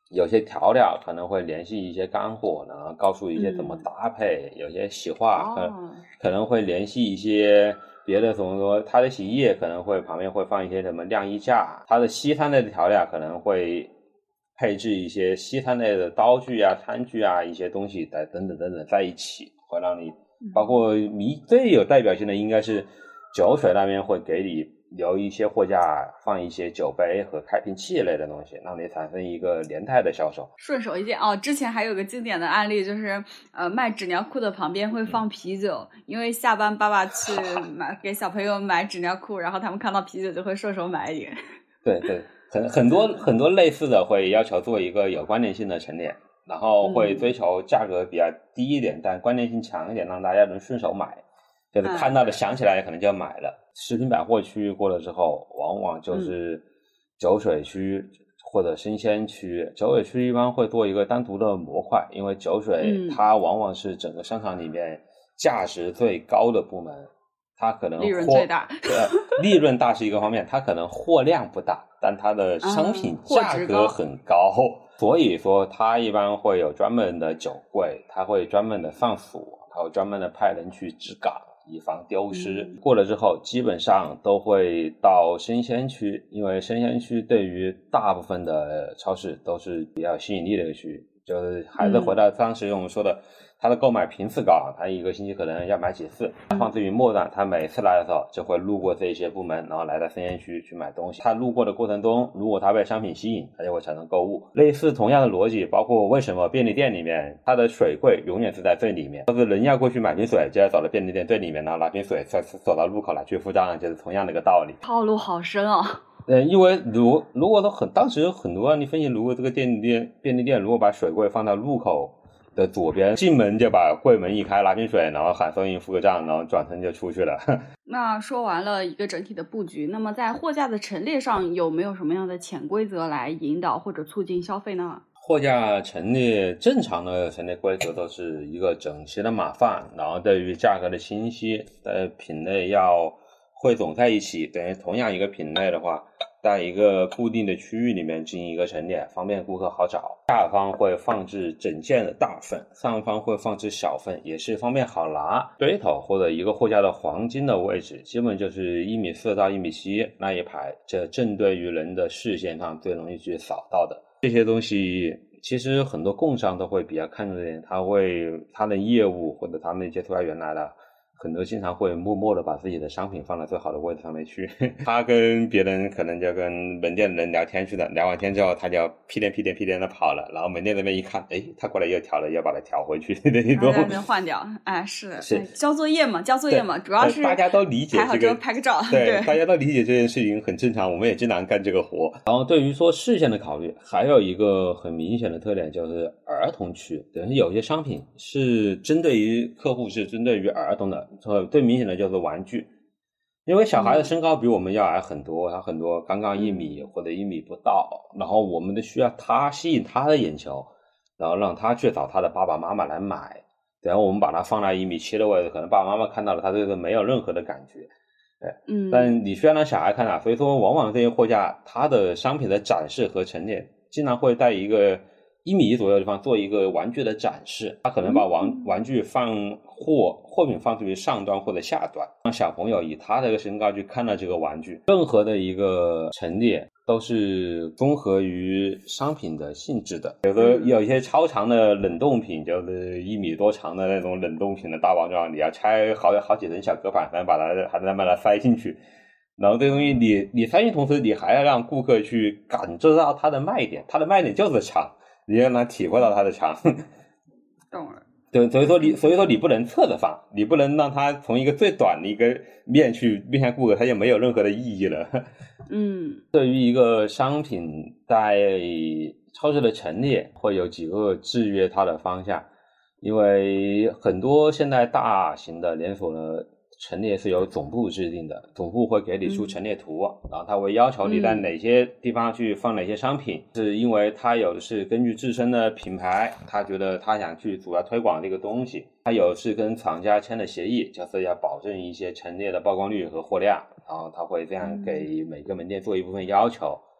有些调料可能会联系一些干货，然后告诉一些怎么搭配，有些洗化可能会联系一些别的，怎么说，它的洗衣液可能会旁边会放一些什么晾衣架，它的西餐类的调料可能会配置一些西餐类的刀具啊、餐具啊一些东西等等在一起，会让你包括最有代表性的应该是酒水那边会给你留一些货架，放一些酒杯和开瓶器类的东西，让你产生一个连带的销售， 顺手一件哦。之前还有个经典的案例，就是卖纸尿裤的旁边会放啤酒，因为下班爸爸去给小朋友买纸尿裤，然后他们看到啤酒就会顺手买一点。 对对，很多类似的会要求做一个有关联性的陈列，然后会追求价格比较低一点，但关联性强一点，让大家能顺手买，就是看到的想起来可能就要买了。食品百货区过了之后，往往就是酒水区或者生鲜区。酒水区一般会做一个单独的模块，因为酒水它往往是整个商场里面价值最高的部门，它可能利润最大。 利润大是一个方面，它可能货量不大，但它的商品价格很高，所以说它一般会有专门的酒柜，它会专门的上锁，它会专门的派人去值岗，以防丢失。过了之后基本上都会到生鲜区，因为生鲜区对于大部分的超市都是比较有吸引力的一个区域，就是还是回到当时我们说的，他的购买频次高，他一个星期可能要买几次，放置于末端，他每次来的时候就会路过这些部门，然后来到生鲜区去买东西。他路过的过程中，如果他被商品吸引，他就会产生购物。类似同样的逻辑，包括为什么便利店里面它的水柜永远是在最里面，就是人要过去买瓶水，就要走到便利店最里面，然后拿瓶水再走到路口来去付账，就是同样的一个道理。 套路好深哦。 因为如果说当时有很多案例分析，如果这个便利店如果把水柜放到路口的左边，进门就把柜门一开，拿瓶水，然后喊收银付个账，然后转身就出去了。 那说完了一个整体的布局，那么在货架的陈列上有没有什么样的潜规则来引导或者促进消费呢？ 货架陈列正常的陈列规则都是一个整齐的码放，然后对于价格的清晰，品类要汇总在一起，等于同样一个品类的话，在一个固定的区域里面进行一个陈列，方便顾客好找。下方会放置整件的大份，上方会放置小份，也是方便好拿。堆头或者一个货架的黄金的位置，基本就是1.4米到1.7米那一排，这正对于人的视线上最容易去扫到的。这些东西其实很多供商都会比较看重这点，他的业务或者他们接触到原来的很多经常会默默的把自己的商品放到最好的位置上面去。他跟别人可能就跟门店的人聊天去的，聊完天之后他就屁颠的跑了，然后门店那边一看，他过来又调了，要把它调回去那种， 然后换掉。是交作业嘛，主要是大家都理解这个， 拍个照。 对，大家都理解这件事情很正常，我们也经常干这个活。然后对于说视线的考虑，还有一个很明显的特点就是儿童区，等于有些商品是针对于客户，是针对于儿童的。最明显的就是玩具，因为小孩的身高比我们要矮很多，他很多刚刚1米或者1米不到，然后我们的需要他吸引他的眼球，然后让他去找他的爸爸妈妈来买，然后我们把它放在1.7米的位置，可能爸爸妈妈看到了他对这没有任何的感觉，但你需要让小孩看到，所以说往往这些货架它的商品的展示和陈列经常会在一个1米左右的地方做一个玩具的展示，他可能把玩具货品放置于上端或者下端，让小朋友以他的身高去看到这个玩具。任何的一个陈列都是综合于商品的性质的，有一些超长的冷冻品，就是1米多长的那种冷冻品的大包装，你要拆好几层小隔板才把它塞进去。然后这东西你塞进同时，你还要让顾客去感知到它的卖点，它的卖点就是长，你要让他体会到它的长。 懂了。 对，所以说你不能侧着放，你不能让它从一个最短的一个面去面向顾客，它就没有任何的意义了。对于一个商品在超市的陈列会有几个制约它的方向，因为很多现在大型的连锁呢陈列是由总部制定的，总部会给你出陈列图，然后他会要求你在哪些地方去放哪些商品，是因为他有的是根据自身的品牌，他觉得他想去主要推广这个东西，他有的是跟厂家签的协议，就是要保证一些陈列的曝光率和货量，然后他会这样给每个门店做一部分要求。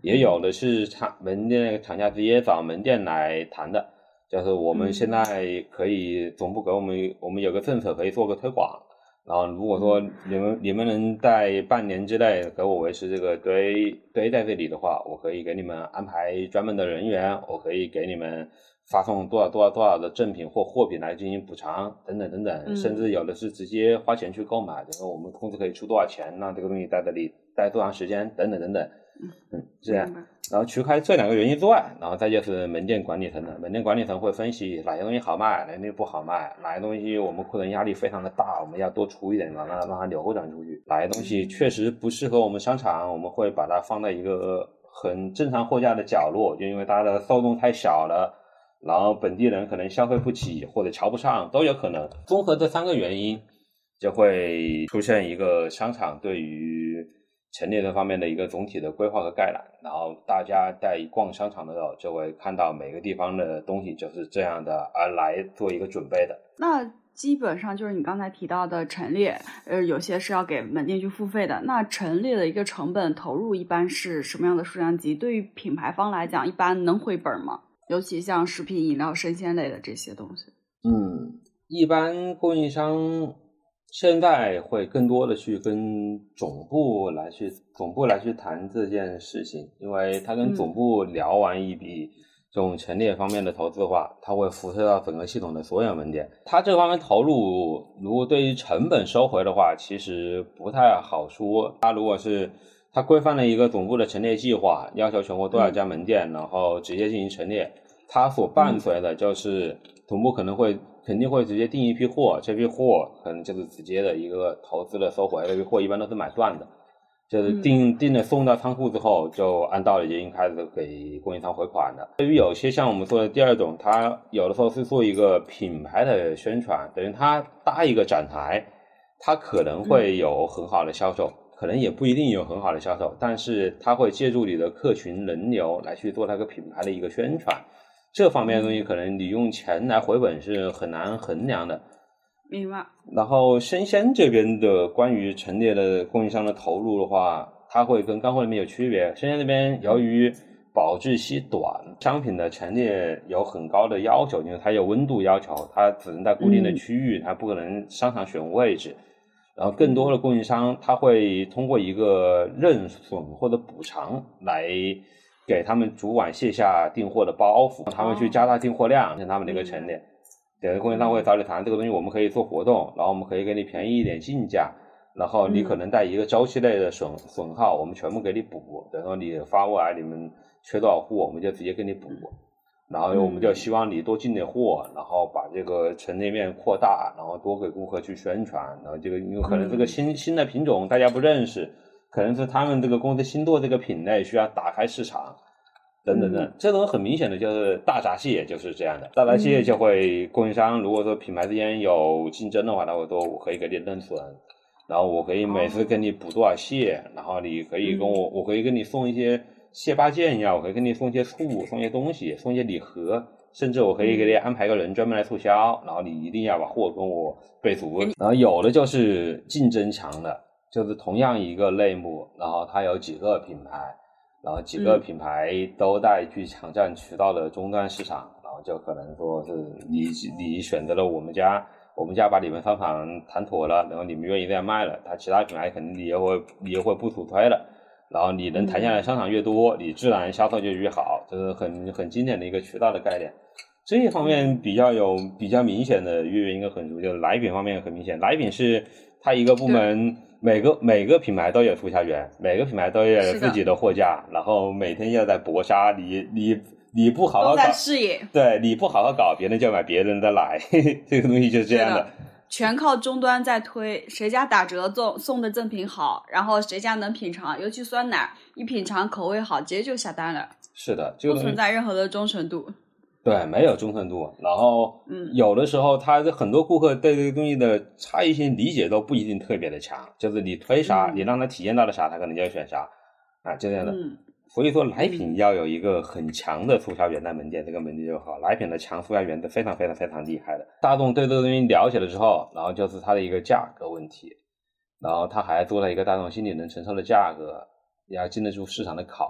也有的是门店厂家直接找门店来谈的，就是我们现在可以总部给我们有个政策可以做个推广，然后如果说你们能在半年之内给我维持这个堆在这里的话，我可以给你们安排专门的人员，我可以给你们发送多少的赠品或货品来进行补偿等等等等，甚至有的是直接花钱去购买，然后我们公司可以出多少钱让这个东西在这里待多长时间等等等等。这样，然后除开这两个原因之外，然后再就是门店管理层的，门店管理层会分析哪些东西好卖，哪些东西不好卖，哪些东西我们库存压力非常的大，我们要多出一点，让它流转出去，哪些东西确实不适合我们商场，我们会把它放在一个很正常货架的角落，就因为它的受众太小了，然后本地人可能消费不起或者瞧不上都有可能，综合这3个原因就会出现一个商场对于陈列这方面的一个总体的规划和概览，然后大家在逛商场的时候就会看到每个地方的东西就是这样的而来做一个准备的。 那基本上就是你刚才提到的陈列，有些是要给门店去付费的，那陈列的一个成本投入一般是什么样的数量级？对于品牌方来讲一般能回本吗？尤其像食品饮料生鲜类的这些东西。 一般供应商现在会更多的去跟总部来去谈这件事情，因为他跟总部聊完一笔这种陈列方面的投资的话，他会辐射到整个系统的所有门店。他这方面投入如果对于成本收回的话，其实不太好说。他如果是他规范了一个总部的陈列计划，要求全国多少家门店然后直接进行陈列，他所伴随的就是总部肯定会直接订一批货，这批货可能就是直接的一个投资的收回，这批货一般都是买断的，就是订了送到仓库之后就按道理就应该是给供应商回款的。对于有些像我们说的第二种，它有的时候是做一个品牌的宣传，等于它搭一个展台，它可能会有很好的销售，可能也不一定有很好的销售，但是它会借助你的客群人流来去做那个品牌的一个宣传，这方面的东西可能你用钱来回本是很难衡量的。 明白。然后生鲜这边的关于陈列的供应商的投入的话，它会跟干货里面有区别。生鲜这边由于保质期短，商品的陈列有很高的要求，因为它有温度要求，它只能在固定的区域，它不可能商场选位置。然后更多的供应商他会通过一个认损或者补偿来给他们主管卸下订货的包袱，他们去加大订货量，像他们的一个陈列。有的供应商会找你谈这个东西，我们可以做活动，然后我们可以给你便宜一点进价，然后你可能在一个周期内的损耗，我们全部给你补。等于说你发过来，你们缺多少货，我们就直接给你补。然后我们就希望你多进点货，然后把这个陈列面扩大，然后多给顾客去宣传。然后这个有可能这个新的品种大家不认识，可能是他们这个公司新做这个品类需要打开市场等等等。这种很明显的就是大闸蟹就是这样的，大闸蟹就会供应商如果说品牌之间有竞争的话，他会说我可以给你认损，然后我可以每次给你补多少蟹，然后你可以跟我可以给你送一些蟹八件呀，我可以给你送一些醋，送一些东西，送一些礼盒，甚至我可以给你安排个人专门来促销，然后你一定要把货跟我备足。然后有的就是竞争强的，就是同样一个类目，然后它有几个品牌，然后几个品牌都在去抢占渠道的终端市场，然后就可能说是你选择了我们家把你们商场谈妥了，然后你们愿意这样卖了，它其他品牌肯定你也会不主推了。然后你能谈下来商场越多，你自然销售就越好，这是很经典的一个渠道的概念。这一方面比较明显的月应该很熟，就是奶品方面很明显，奶品是它一个部门每个品牌都有促销员，每个品牌都有自己的货架，然后每天要在搏杀，你不好好搞， 都在视野， 对，你不好好搞，别人就买别人的奶，这个东西就是这样的。 全靠终端在推，谁家打折送的赠品好，然后谁家能品尝，尤其酸奶一品尝口味好，直接就下单了。 是的， 不存在任何的忠诚度。 对，没有忠诚度。然后有的时候他很多顾客对这个东西的差异性理解都不一定特别的强，就是你推啥，你让他体验到了啥，他可能就要选啥啊，就这样的。所以说奶品要有一个很强的促销员在门店，这个门店就好。奶品的强促销员是非常非常非常厉害的。大众对这个东西了解了之后，然后就是它的一个价格问题，然后他还做了一个大众心里能承受的价格，也要经得住市场的考验。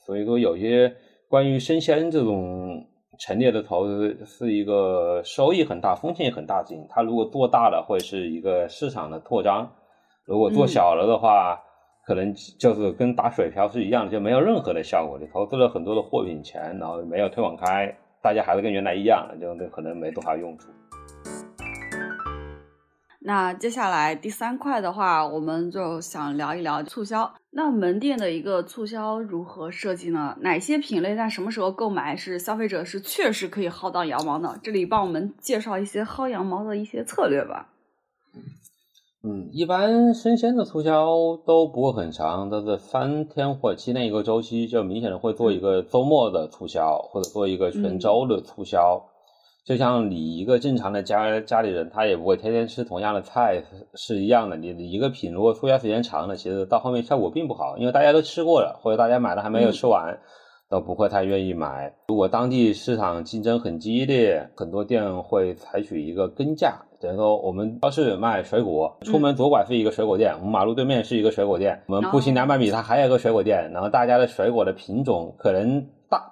所以说有些关于生鲜这种陈列的投资是一个收益很大风险也很大的事情，它如果做大了会是一个市场的扩张，如果做小了的话，可能就是跟打水漂是一样的，就没有任何的效果，你投资了很多的货品钱，然后没有推广开，大家还是跟原来一样，就可能没多少用处。 那接下来第3块的话，我们就想聊一聊促销。那门店的一个促销如何设计呢？哪些品类在什么时候购买是消费者是确实可以薅到羊毛呢？这里帮我们介绍一些薅羊毛的一些策略吧。 一般生鲜的促销都不会很长，都是3天或7天一个周期，就明显的会做一个周末的促销，或者做一个全周的促销。就像你一个正常的家里人，他也不会天天吃同样的菜是一样的。你一个品如果促销时间长了，其实到后面效果并不好，因为大家都吃过了，或者大家买了还没有吃完，都不会太愿意买。如果当地市场竞争很激烈，很多店会采取一个跟价，等于说我们超市卖水果，出门左拐是一个水果店，我们马路对面是一个水果店，我们步行200米它还有一个水果店，然后大家的水果的品种可能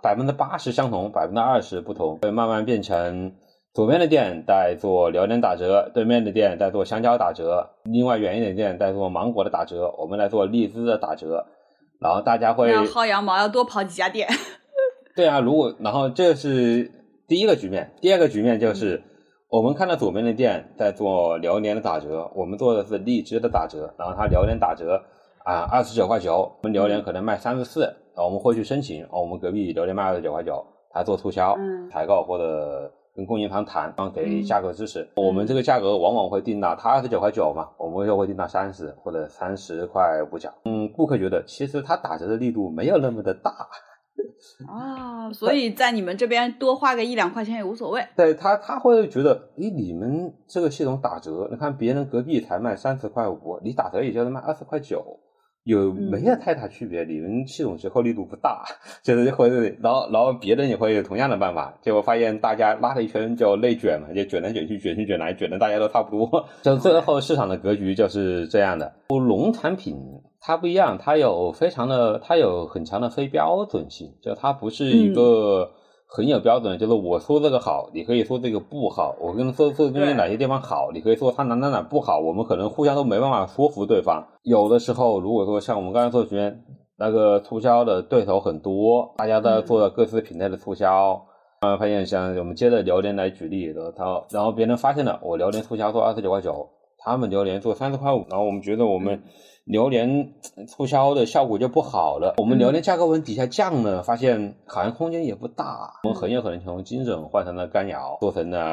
80%相同，20%不同，会慢慢变成左边的店在做榴莲打折，对面的店在做香蕉打折，另外远一点的店在做芒果的打折，我们来做荔枝的打折，然后大家会要薅羊毛要多跑几家店。 对啊，然后这是第一个局面，第二个局面就是我们看到左边的店在做榴莲的打折，我们做的是荔枝的打折，然后它榴莲打折29.9块，我们榴莲可能卖34，然后我们会去申请，我们隔壁榴莲卖29.9块，它做促销，采购或者跟供应商谈，然后给价格支持。我们这个价格往往会定到它29.9块嘛，我们就会定到30或者30块5角。顾客觉得其实它打折的力度没有那么的大。 所以在你们这边多花个1-2块钱也无所谓。 对，他会觉得，你们这个系统打折，你看别人隔壁才卖30块5，你打折也就是卖20块9，没有太大区别，你们系统折扣力度不大，就是会，然后别人也会有同样的办法，结果发现大家拉了一圈就内卷嘛，就卷来卷去，卷来卷的大家都差不多，就最后市场的格局就是这样的。农产品它不一样，它有很强的非标准性，就它不是一个很有标准的，就是我说这个好，你可以说这个不好，我跟你说这个东西哪些地方好，你可以说它哪不好，我们可能互相都没办法说服对方。有的时候如果说像我们刚才说的那个促销的对手很多，大家都在做各自品类的促销，发现像我们接着榴莲来举例，然后别人发现了我榴莲促销做29.9块，他们榴莲做30块5，然后我们觉得我们榴莲促销的效果就不好了，我们榴莲价格往底下降了，发现好像空间也不大，我们很有可能从精准换成了干瑶，做成了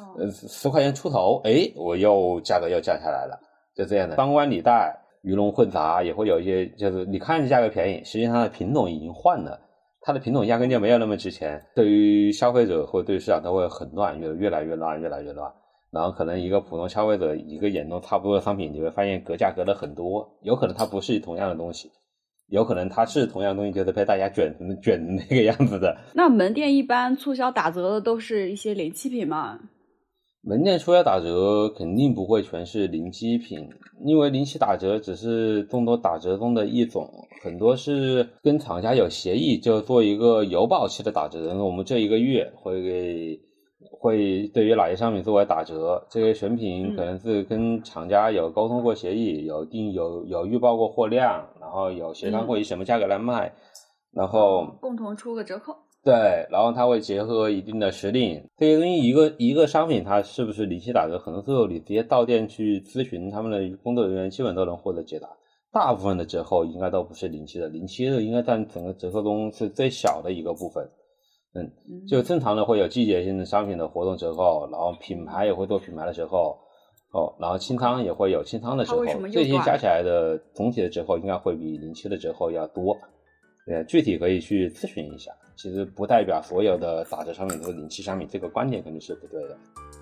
10块钱出头，我价格又降下来了，就这样的双关里带，鱼龙混杂，也会有一些就是你看着价格便宜，实际上它的品种已经换了，它的品种压根就没有那么值钱，对于消费者或对于市场都会很乱，越来越乱。然后可能一个普通消费者一个眼中差不多的商品，你会发现格价格了很多，有可能它不是同样的东西，有可能它是同样的东西，就是被大家卷那个样子的。 那门店一般促销打折的都是一些临期品吗？ 门店促销打折肯定不会全是临期品，因为临期打折只是众多打折中的一种，很多是跟厂家有协议，就做一个有保期的打折，然后我们这一个月会对于哪些商品作为打折，这些选品可能是跟厂家有沟通过协议，有预报过货量，然后有协商过以什么价格来卖，然后共同出个折扣。 对，然后它会结合一定的时令，这些东西一个商品它是不是临期打折，很多时候你直接到店去咨询他们的工作人员，基本都能获得解答。大部分的折扣应该都不是临期的，临期的应该占整个折扣中是最小的一个部分。就正常的会有季节性的商品的活动折扣，然后品牌也会做品牌的折扣，然后清仓也会有清仓的折扣，这些加起来的总体的折扣应该会比临期的折扣要多。对，具体可以去咨询一下，其实不代表所有的打折商品都是临期商品，这个观点肯定是不对的。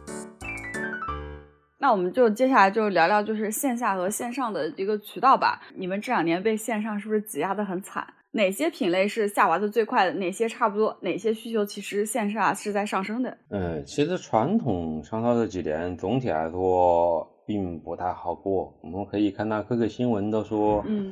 那我们就接下来就聊聊就是线下和线上的一个渠道吧。你们这2年被线上是不是挤压得很惨？哪些品类是下滑的最快的？哪些差不多？哪些需求其实线下是在上升的？ 其实传统商超这几年总体来说并不太好过。我们可以看到各个新闻都说，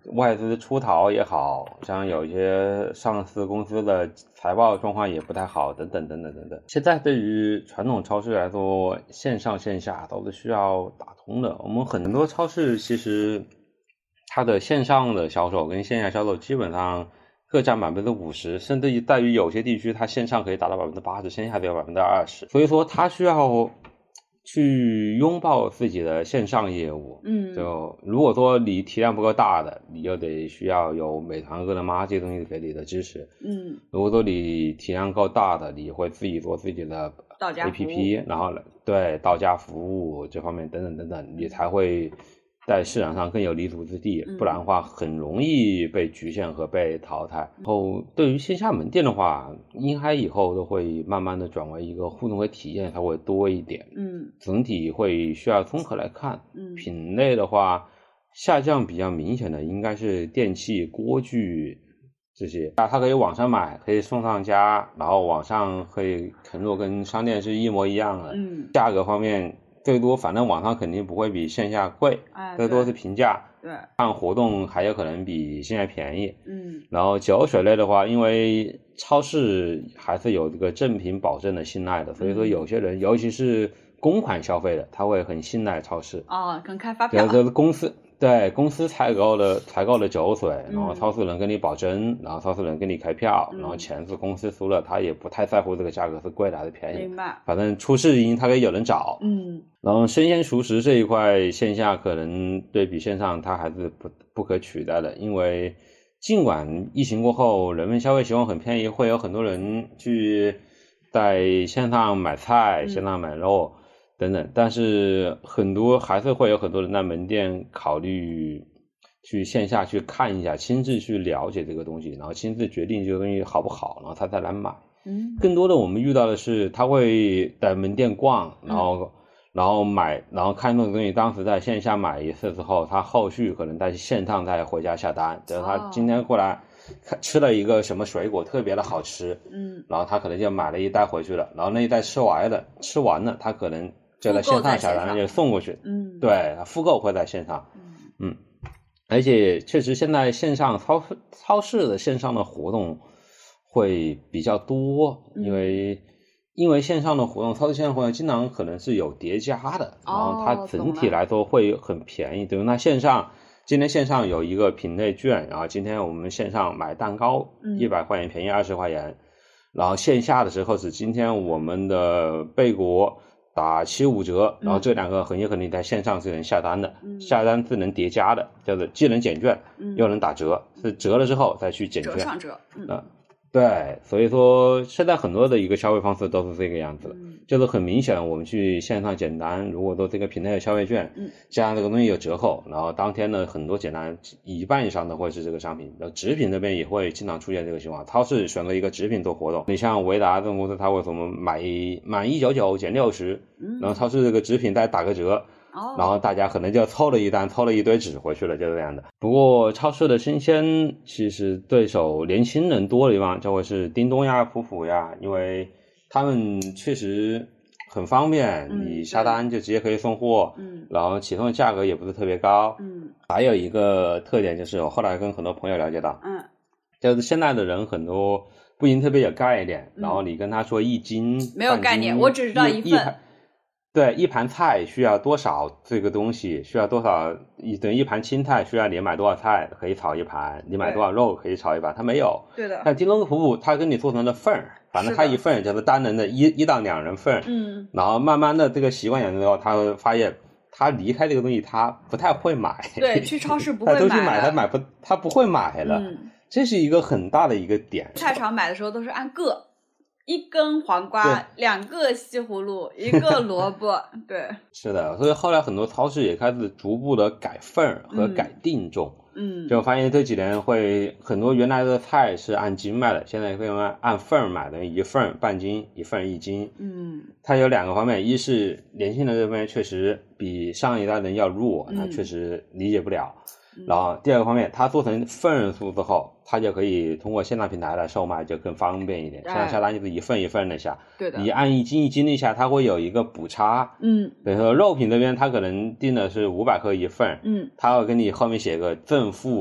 外资出逃也好，像有一些上市公司的财报状况也不太好，等等等等等等。现在对于传统超市来说，线上线下都是需要打通的。我们很多超市其实它的线上的销售跟线下销售基本上各占50%，甚至在于有些地区它线上可以达到80%，线下只有20%。所以说它需要去拥抱自己的线上业务，就如果说你体量不够大的，你就得需要有美团、饿了么这些东西给你的支持，如果说你体量够大的，你会自己做自己的 APP， 然后对到家服务这方面等等等等，你才会在市场上更有立足之地，不然的话很容易被局限和被淘汰。然后对于线下门店的话，应该以后都会慢慢的转为一个互动和体验才会多一点，整体会需要综合来看。品类的话下降比较明显的应该是电器、锅具这些，它可以网上买，可以送上家，然后网上可以承诺跟商店是一模一样的，价格方面最多反正网上肯定不会比线下贵，最多是平价，看活动还有可能比线下便宜。然后酒水类的话，因为超市还是有这个正品保证的信赖的，所以说有些人尤其是公款消费的，他会很信赖超市， 可能开发票， 这是公司采购的酒水，然后超市能跟你保真，然后超市能跟你开票，然后钱是公司出了，他也不太在乎这个价格是贵的还是便宜， 明白， 反正出事因他可以有人找。然后生鲜熟食这一块线下可能对比线上它还是不可取代的，因为尽管疫情过后人们消费习惯很偏移，会有很多人去在线上买菜，线上买肉等等，但是还是会有很多人在门店考虑去线下去看一下，亲自去了解这个东西，然后亲自决定这个东西好不好，然后他再来买。更多的我们遇到的是他会在门店逛，然后买，然后看这个东西，当时在线下买一次之后，他后续可能在线上再回家下单，就是他今天过来吃了一个什么水果特别的好吃，然后他可能就买了一袋回去了，然后那一袋吃完了，他可能就在线上下单就送过去，对，复购会在线上，而且确实现在线上超市的线上的活动会比较多，因为线上的活动，超市线上活动经常可能是有叠加的，然后它整体来说会很便宜。对，那今天线上有一个品类券，然后今天我们线上买蛋糕100块钱便宜20块钱，然后线下的时候是今天我们的贝果打75折，然后这两个很有可能在线上是能下单的，下单是能叠加的，就是既能减券又能打折，是折了之后再去减券， 折上折， 对，所以说现在很多的一个消费方式都是这个样子，就是很明显我们去线上简单，如果说这个品类的消费券，加上这个东西有折扣，然后当天的很多简单一半以上的会是这个商品，然后纸品那边也会经常出现这个情况，超市选择一个纸品做活动，你像维达这种公司，它为什么满199减60，然后超市这个纸品再打个折，然后大家可能就凑了一单，凑了一堆纸回去了，就是这样的。不过超市的生鲜其实对手年轻人多的地方就会是叮咚呀、普普呀，因为他们确实很方便，你下单就直接可以送货，然后启动的价格也不是特别高。还有一个特点就是我后来跟很多朋友了解到，就是现在的人很多不一定特别有概念，然后你跟他说1斤没有概念，我只知道一份。 对，一盘菜需要多少这个东西，需要多少，等于一盘青菜需要你买多少菜可以炒一盘，你买多少肉可以炒一盘，它没有。 对的。 但叮咚普普它给你做成了份儿，反正它一份就是单人的一到2人份，然后慢慢的这个习惯养成之后，他会发现他离开这个东西他不太会买。 对，去超市不会买。 他都去买，他不会买了，这是一个很大的一个点。 菜场买的时候都是按个。1根黄瓜，2个西葫芦，1个萝卜，对， 是的，所以后来很多超市也开始逐步的改份和改定重，就发现这几年会很多原来的菜是按斤卖的，现在会按份买的，1份半斤，1份1斤，它有2个方面，一是年轻人这边确实比上一代人要弱，他确实理解不了。然后第二个方面，它做成份数之后，它就可以通过线上平台来售卖，就更方便一点。现在下单就是1份1份的下， 对的。 你按1斤1斤的下，它会有一个补差。比如说肉品这边，它可能定的是500克1份，它会给你后面写个正负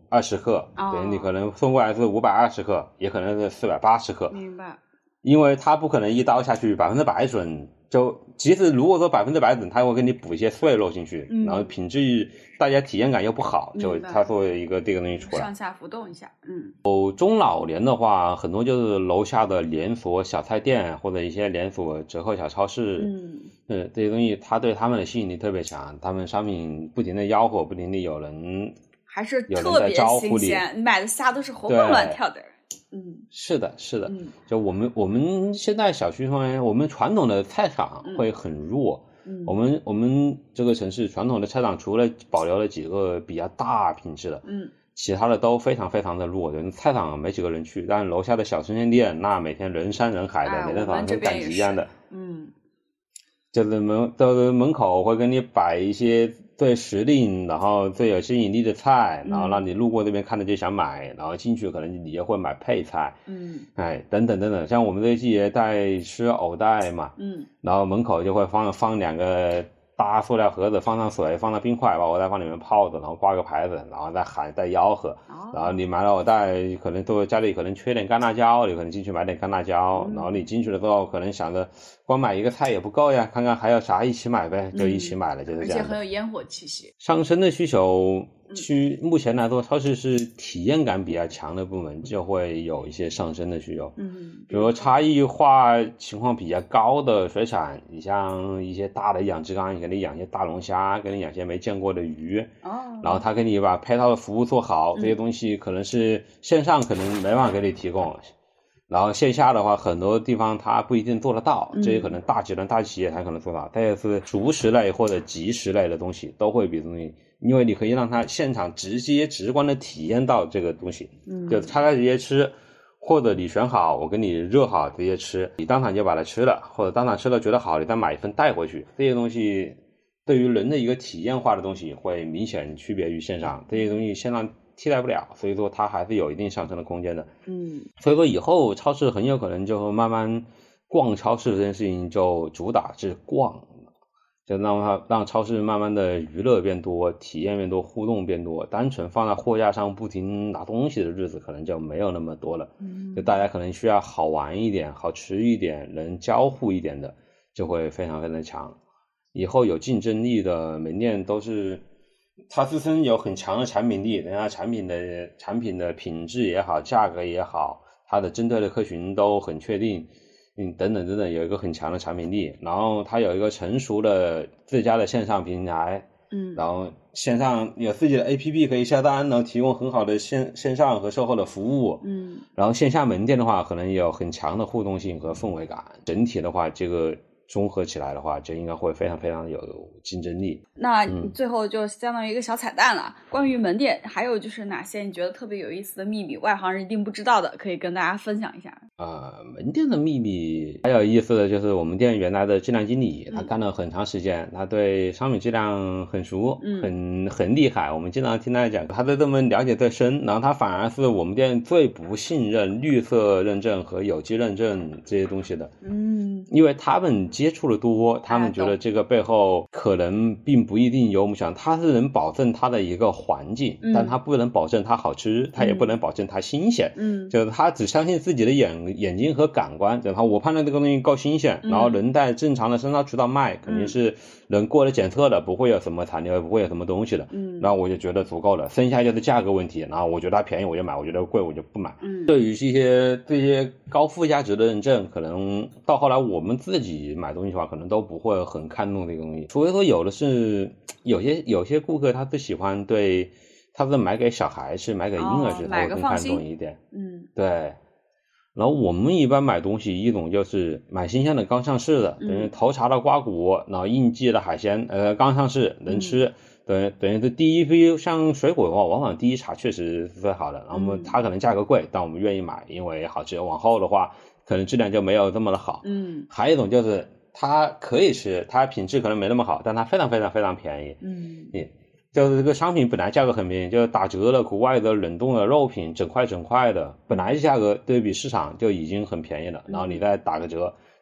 20克，等于你可能送过来是520克，也可能是480克。 明白。 因为它不可能一刀下去100%准，就即使如果说100%准，它会给你补一些碎肉进去，然后品质大家体验感又不好，就它作为一个这个东西出来上下浮动一下。 中老年的话，很多就是楼下的连锁小菜店或者一些连锁折扣小超市，这些东西它对他们的吸引力特别强，他们商品不停的吆喝，不停的有人还是特别新鲜，你买的虾都是活蹦乱跳的。 是的，就我们现在小区方面，我们传统的菜场会很弱。我们这个城市传统的菜场除了保留了几个比较大品质的，其他的都非常非常的弱。菜场没几个人去，但楼下的小生鲜店，那每天人山人海的，每天早上跟赶集一样的。就是门口会给你摆一些最时令然后最有吸引力的菜，然后让你路过这边看着就想买，然后进去可能你也会买配菜，等等，像我们这季节在吃藕带嘛，然后门口就会放2个大塑料盒子，放上水，放上冰块，把藕带放里面泡着，然后挂个牌子，然后再喊再吆喝，然后你买了藕带，可能都家里可能缺点干辣椒，你可能进去买点干辣椒，然后你进去了之后可能想着光买一个菜也不够呀，看看还有啥一起买呗，就一起买了，就是这样。 而且很有烟火气息。 上升的需求目前来说，超市是体验感比较强的部门，就会有一些上升的需求。比如差异化情况比较高的水产，你像一些大的养殖缸，你给你养一些大龙虾，给你养一些没见过的鱼，然后他给你把配套的服务做好，这些东西可能是线上可能没办法给你提供，然后线下的话很多地方它不一定做得到，这些可能大集团大企业才可能做到，它也是熟食类或者即食类的东西都会比东西，因为你可以让他现场直观的体验到这个东西，就他直接吃，或者你选好我给你热好直接吃，你当场就把它吃了，或者当场吃了觉得好你再买一份带回去，这些东西对于人的一个体验化的东西会明显区别于线上，这些东西线上替代不了，所以说它还是有一定上升的空间的。所以说以后超市很有可能就慢慢逛超市这件事情就主打是逛，就让超市慢慢的娱乐变多，体验变多，互动变多，单纯放在货架上不停拿东西的日子可能就没有那么多了。就大家可能需要好玩一点，好吃一点，能交互一点的就会非常非常的强。以后有竞争力的门店都是它自身有很强的产品力，人家产品的品质也好，价格也好，它的针对的客群都很确定，等等，有一个很强的产品力，然后它有一个成熟的自家的线上平台，然后线上有自己的 APP 可以下单，然后提供很好的线上和售后的服务，然后线下门店的话可能有很强的互动性和氛围感，整体的话这个综合起来的话就应该会非常非常有竞争力。 那最后就相当于一个小彩蛋了，关于门店还有就是哪些你觉得特别有意思的秘密，外行人一定不知道的，可以跟大家分享一下。 门店的秘密还有意思的就是我们店原来的质量经理，他干了很长时间，他对商品质量很熟，很厉害，我们经常听他讲，他对这么了解最深，然后他反而是我们店最不信任绿色认证和有机认证这些东西的，因为他们接触的多，他们觉得这个背后可能并不一定有我们想，他是能保证它的一个环境，但他不能保证它好吃，他也不能保证它新鲜，就是他只相信自己的眼睛和感官，然后我判断这个东西够新鲜，然后能在正常的生产渠道卖，肯定是能过了检测的，不会有什么残留，不会有什么东西的，然后我就觉得足够了，剩下就是价格问题，然后我觉得它便宜我就买，我觉得贵我就不买。对于这些高附加值的认证，可能到后来我们自己买东西的话可能都不会很看重这个东西，除非说有的是有些顾客他是喜欢对他是买给小孩吃买给婴儿吃，他会更看重一点。对。然后我们一般买东西，一种就是买新鲜的刚上市的，等于头茬的瓜果，然后应季的海鲜，刚上市能吃，等于是第一批。像水果的话，往往第一茬确实是最好的，然后它可能价格贵，但我们愿意买，因为好吃。往后的话，可能质量就没有这么的好。还有一种就是它可以吃，它品质可能没那么好，但它非常非常非常便宜。就是这个商品本来价格很便宜，就是打折了，国外的冷冻的肉品整块的，本来价格对比市场就已经很便宜了，然后你再打个折，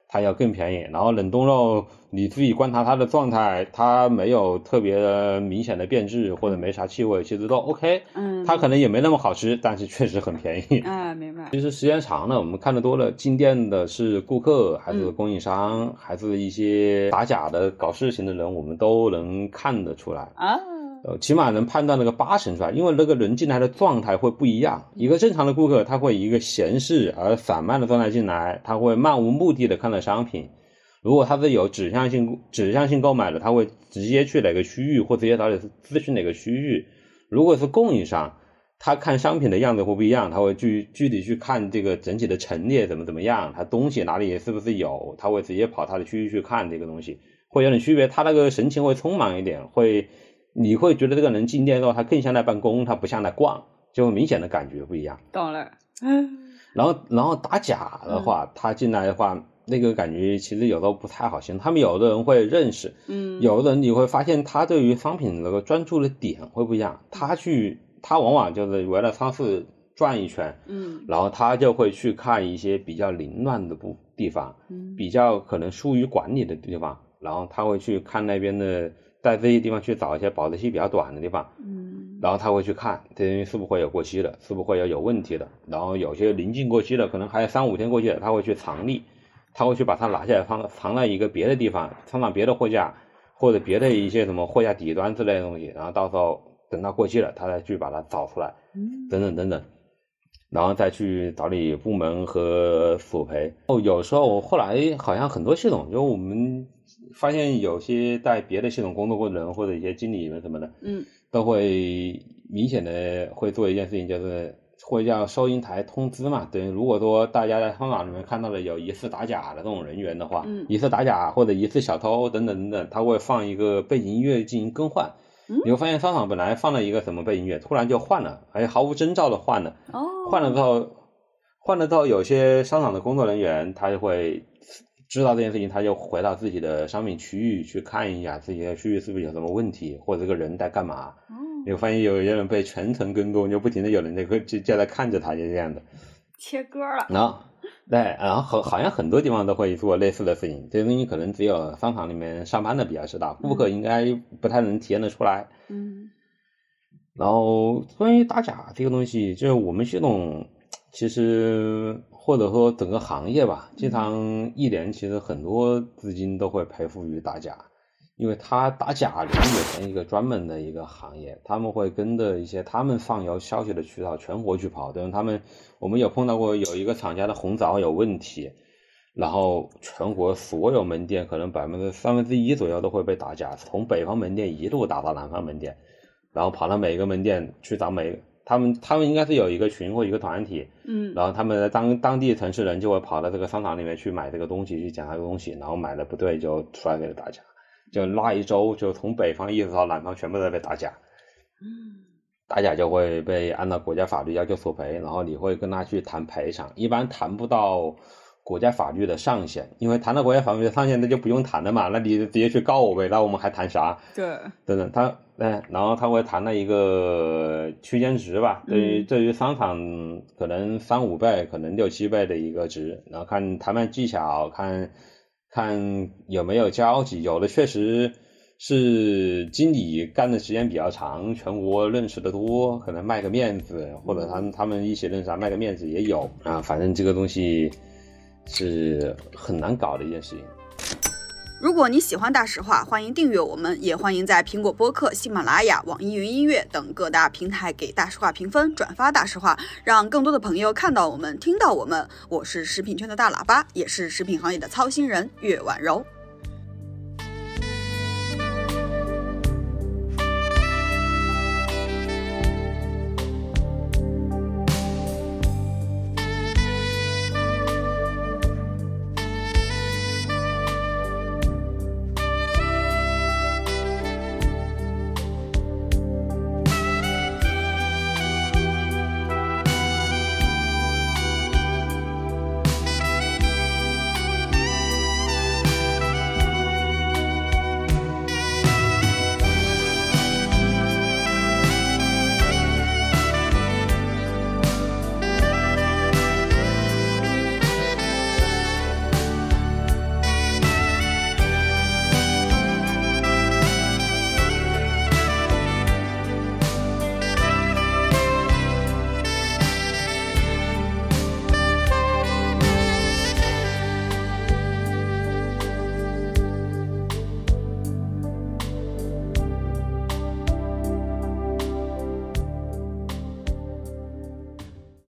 它要更便宜。然后冷冻肉你自己观察它的状态，它没有特别明显的变质或者没啥气味，其实都 OK。它可能也没那么好吃，但是确实很便宜。 明白。 其实时间长了，我们看得多了，进店的是顾客还是供应商，还是一些打假的搞事情的人，我们都能看得出来啊。起码能判断那个80%出来，因为那个人进来的状态会不一样。一个正常的顾客，他会以一个闲适而散漫的状态进来，他会漫无目的的看到商品。如果他是有指向性购买的，他会直接去哪个区域，或直接到底是咨询哪个区域。如果是供应商，他看商品的样子会不一样，他会具体去看这个整体的陈列怎么样，他东西哪里是不是有，他会直接跑他的区域去看这个东西，会有点区别。他那个神情会匆忙一点，你会觉得这个人进店之后他更像来办公，他不像来逛，就明显的感觉不一样。 懂了。 然后打假的话，他进来的话，那个感觉其实有时候不太好形容。他们有的人会认识，有的人你会发现他对于商品那个专注的点会不一样。他往往就是围了超市转一圈，然后他就会去看一些比较凌乱的地方，比较可能疏于管理的地方，然后他会去看那边的，在这些地方去找一些保质期比较短的地方，然后他会去看这些东西是不是会有过期的，是不是会有问题的，然后有些临近过期的，可能还有3-5天过期的，他会去藏匿，他会去把它拿下来藏在一个别的地方，藏到别的货架或者别的一些什么货架底端之类的东西，然后到时候等到过期了，他再去把它找出来，等等，然后再去找你部门和索赔。有时候后来好像很多系统，就我们发现有些在别的系统工作过的人或者一些经理们什么的，都会明显的会做一件事情，就是会叫收银台通知嘛。对，如果说大家在商场里面看到了有疑似打假的这种人员的话，疑似打假或者疑似小偷等等，他会放一个背景音乐进行更换。你会发现商场本来放了一个什么背景音乐，突然就换了，而且毫无征兆的换了。换了之后，有些商场的工作人员他就会知道这件事情，他就回到自己的商品区域去看一下自己的区域是不是有什么问题，或者这个人在干嘛。你会发现有些人被全程跟踪，就不停的有人就在看着他，就这样的切割了。 然后好像很多地方都会做类似的事情，这些东西可能只有商场里面上班的比较知道，顾客应该不太能体验得出来。然后关于打假这个东西，就是我们系统其实或者说整个行业吧，经常一年其实很多资金都会赔付于打假，因为他打假人也成一个专门的一个行业，他们会跟着一些他们上游消息的渠道全国去跑。对，我们有碰到过有一个厂家的红枣有问题，然后全国所有门店可能1/3左右都会被打假，从北方门店一路打到南方门店，然后跑到每个门店去找他们应该是有一个群或一个团体，然后他们的当地城市人就会跑到这个商场里面去买这个东西，去讲这个东西，然后买的不对就出来给他打假，就那一周就从北方一直到南方全部都被打假。打假就会被按照国家法律要求索赔，然后你会跟他去谈赔偿，一般谈不到国家法律的上限，因为谈到国家法律的上限那就不用谈了嘛，那你直接去告我呗，那我们还谈啥？对，等等然后他会谈了一个区间值吧，对于商场可能3-5倍，可能6-7倍的一个值，然后看谈判技巧，看有没有交集，有的确实是经理干的时间比较长，全国认识的多，可能卖个面子，或者他们一起认识卖个面子也有啊，反正这个东西是很难搞的一件事情。 如果你喜欢大实话，欢迎订阅我们，也欢迎在苹果播客、喜马拉雅、网易云音乐等各大平台给大实话评分，转发大实话，让更多的朋友看到我们，听到我们。我是食品圈的大喇叭，也是食品行业的操心人岳婉柔。